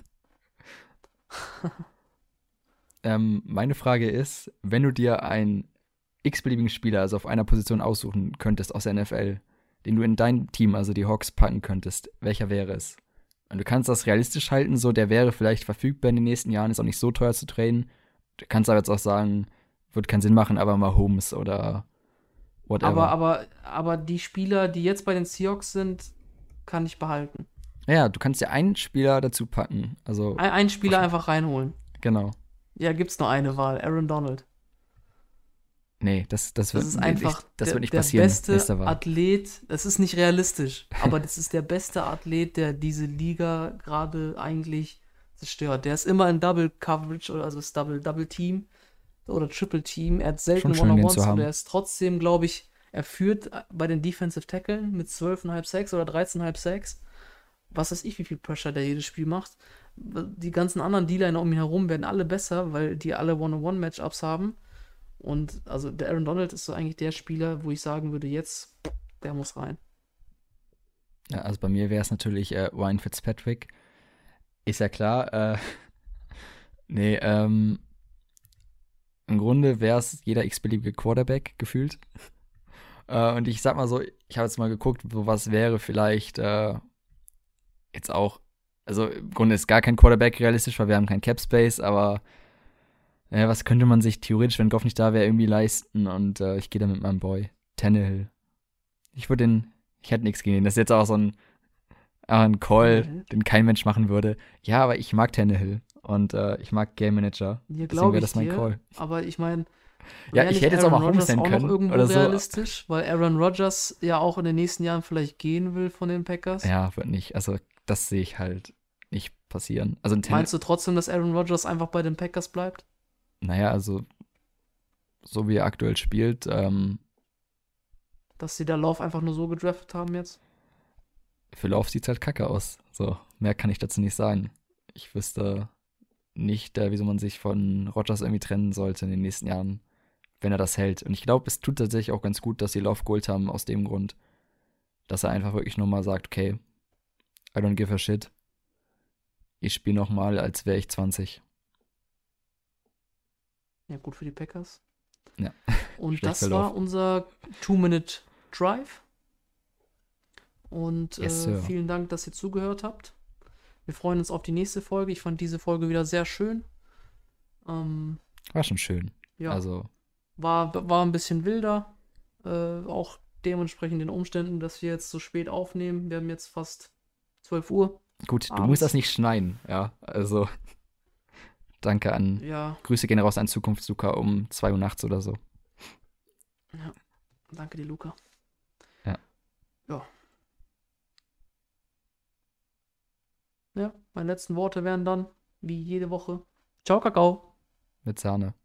Meine Frage ist, wenn du dir einen x-beliebigen Spieler, also auf einer Position aussuchen könntest aus der NFL, den du in dein Team, also die Hawks, packen könntest, welcher wäre es? Und du kannst das realistisch halten, so der wäre vielleicht verfügbar in den nächsten Jahren, ist auch nicht so teuer zu traden. Du kannst aber jetzt auch sagen, wird keinen Sinn machen, aber mal Holmes oder whatever. Aber die Spieler, die jetzt bei den Seahawks sind, kann ich behalten. Ja, du kannst ja einen Spieler dazu packen. Also, Einen Spieler einfach reinholen. genau. Ja, gibt's nur eine Wahl, Aaron Donald. Nee, das Das wird ist einfach das wird nicht der passieren. beste Nächste Wahl. Athlet. Das ist nicht realistisch, aber das ist der beste Athlet, der diese Liga gerade eigentlich zerstört. Der ist immer in Double Coverage, oder also ist Double Team oder Triple Team. Er hat selten Schon schön, den One-on-Ones zu und haben. er ist trotzdem, glaube ich, er führt bei den Defensive Tackeln mit 12,5 Sacks oder 13,5 Sacks. Was weiß ich, wie viel Pressure der jedes Spiel macht. Die ganzen anderen D-Liner um ihn herum werden alle besser, weil die alle One-on-One-Matchups haben. Und also der Aaron Donald ist so eigentlich der Spieler, wo ich sagen würde, jetzt, der muss rein. Ja, also bei mir wäre es natürlich Ryan Fitzpatrick. Ist ja klar. Nee, im Grunde wäre es jeder x-beliebige Quarterback gefühlt. Und ich sag mal so, ich habe jetzt mal geguckt, so was wäre vielleicht jetzt auch, also im Grunde ist gar kein Quarterback realistisch, weil wir haben kein Cap Space, aber was könnte man sich theoretisch, wenn Goff nicht da wäre, irgendwie leisten? Und ich gehe da mit meinem Boy Tannehill. Ich hätte nichts gegen den. Das ist jetzt auch so ein Call, den kein Mensch machen würde. Ja, aber ich mag Tannehill und ich mag Game Manager. Ja, Deswegen glaube wäre ich das mein dir. Call. Aber ich meine, Ja, ich hätte jetzt auch mal Holmes sein nennen können irgendwo oder so. realistisch, weil Aaron Rodgers ja auch in den nächsten Jahren vielleicht gehen will von den Packers. Ja, wird nicht. Also das sehe ich halt nicht passieren. Also Meinst du trotzdem, dass Aaron Rodgers einfach bei den Packers bleibt? Naja, also so wie er aktuell spielt, dass sie da Love einfach nur so gedraftet haben jetzt. Für Love sieht's halt kacke aus. So, mehr kann ich dazu nicht sagen. Ich wüsste nicht, wieso man sich von Rodgers irgendwie trennen sollte in den nächsten Jahren, wenn er das hält. Und ich glaube, es tut tatsächlich auch ganz gut, dass sie Love geholt haben, aus dem Grund, dass er einfach wirklich nochmal sagt, okay, I don't give a shit. Ich spiele nochmal, als wäre ich 20. Ja, gut für die Packers. Ja. Und Schlecht das für war Love. unser 2-Minute-Drive. Und Yes, Sir. vielen Dank, dass ihr zugehört habt. Wir freuen uns auf die nächste Folge. Ich fand diese Folge wieder sehr schön. War schon schön. Ja, Also, war ein bisschen wilder. Auch dementsprechend den Umständen, dass wir jetzt so spät aufnehmen. Wir haben jetzt fast 12 Uhr. gut, du Abends. musst das nicht schneiden, ja. Also, danke an. Ja, Grüße gehen raus an Zukunftsluca um 2 Uhr nachts oder so. danke dir, Luca. Ja. Ja. Ja, meine letzten Worte wären dann, wie jede Woche, ciao, Kakao. Mit Sahne.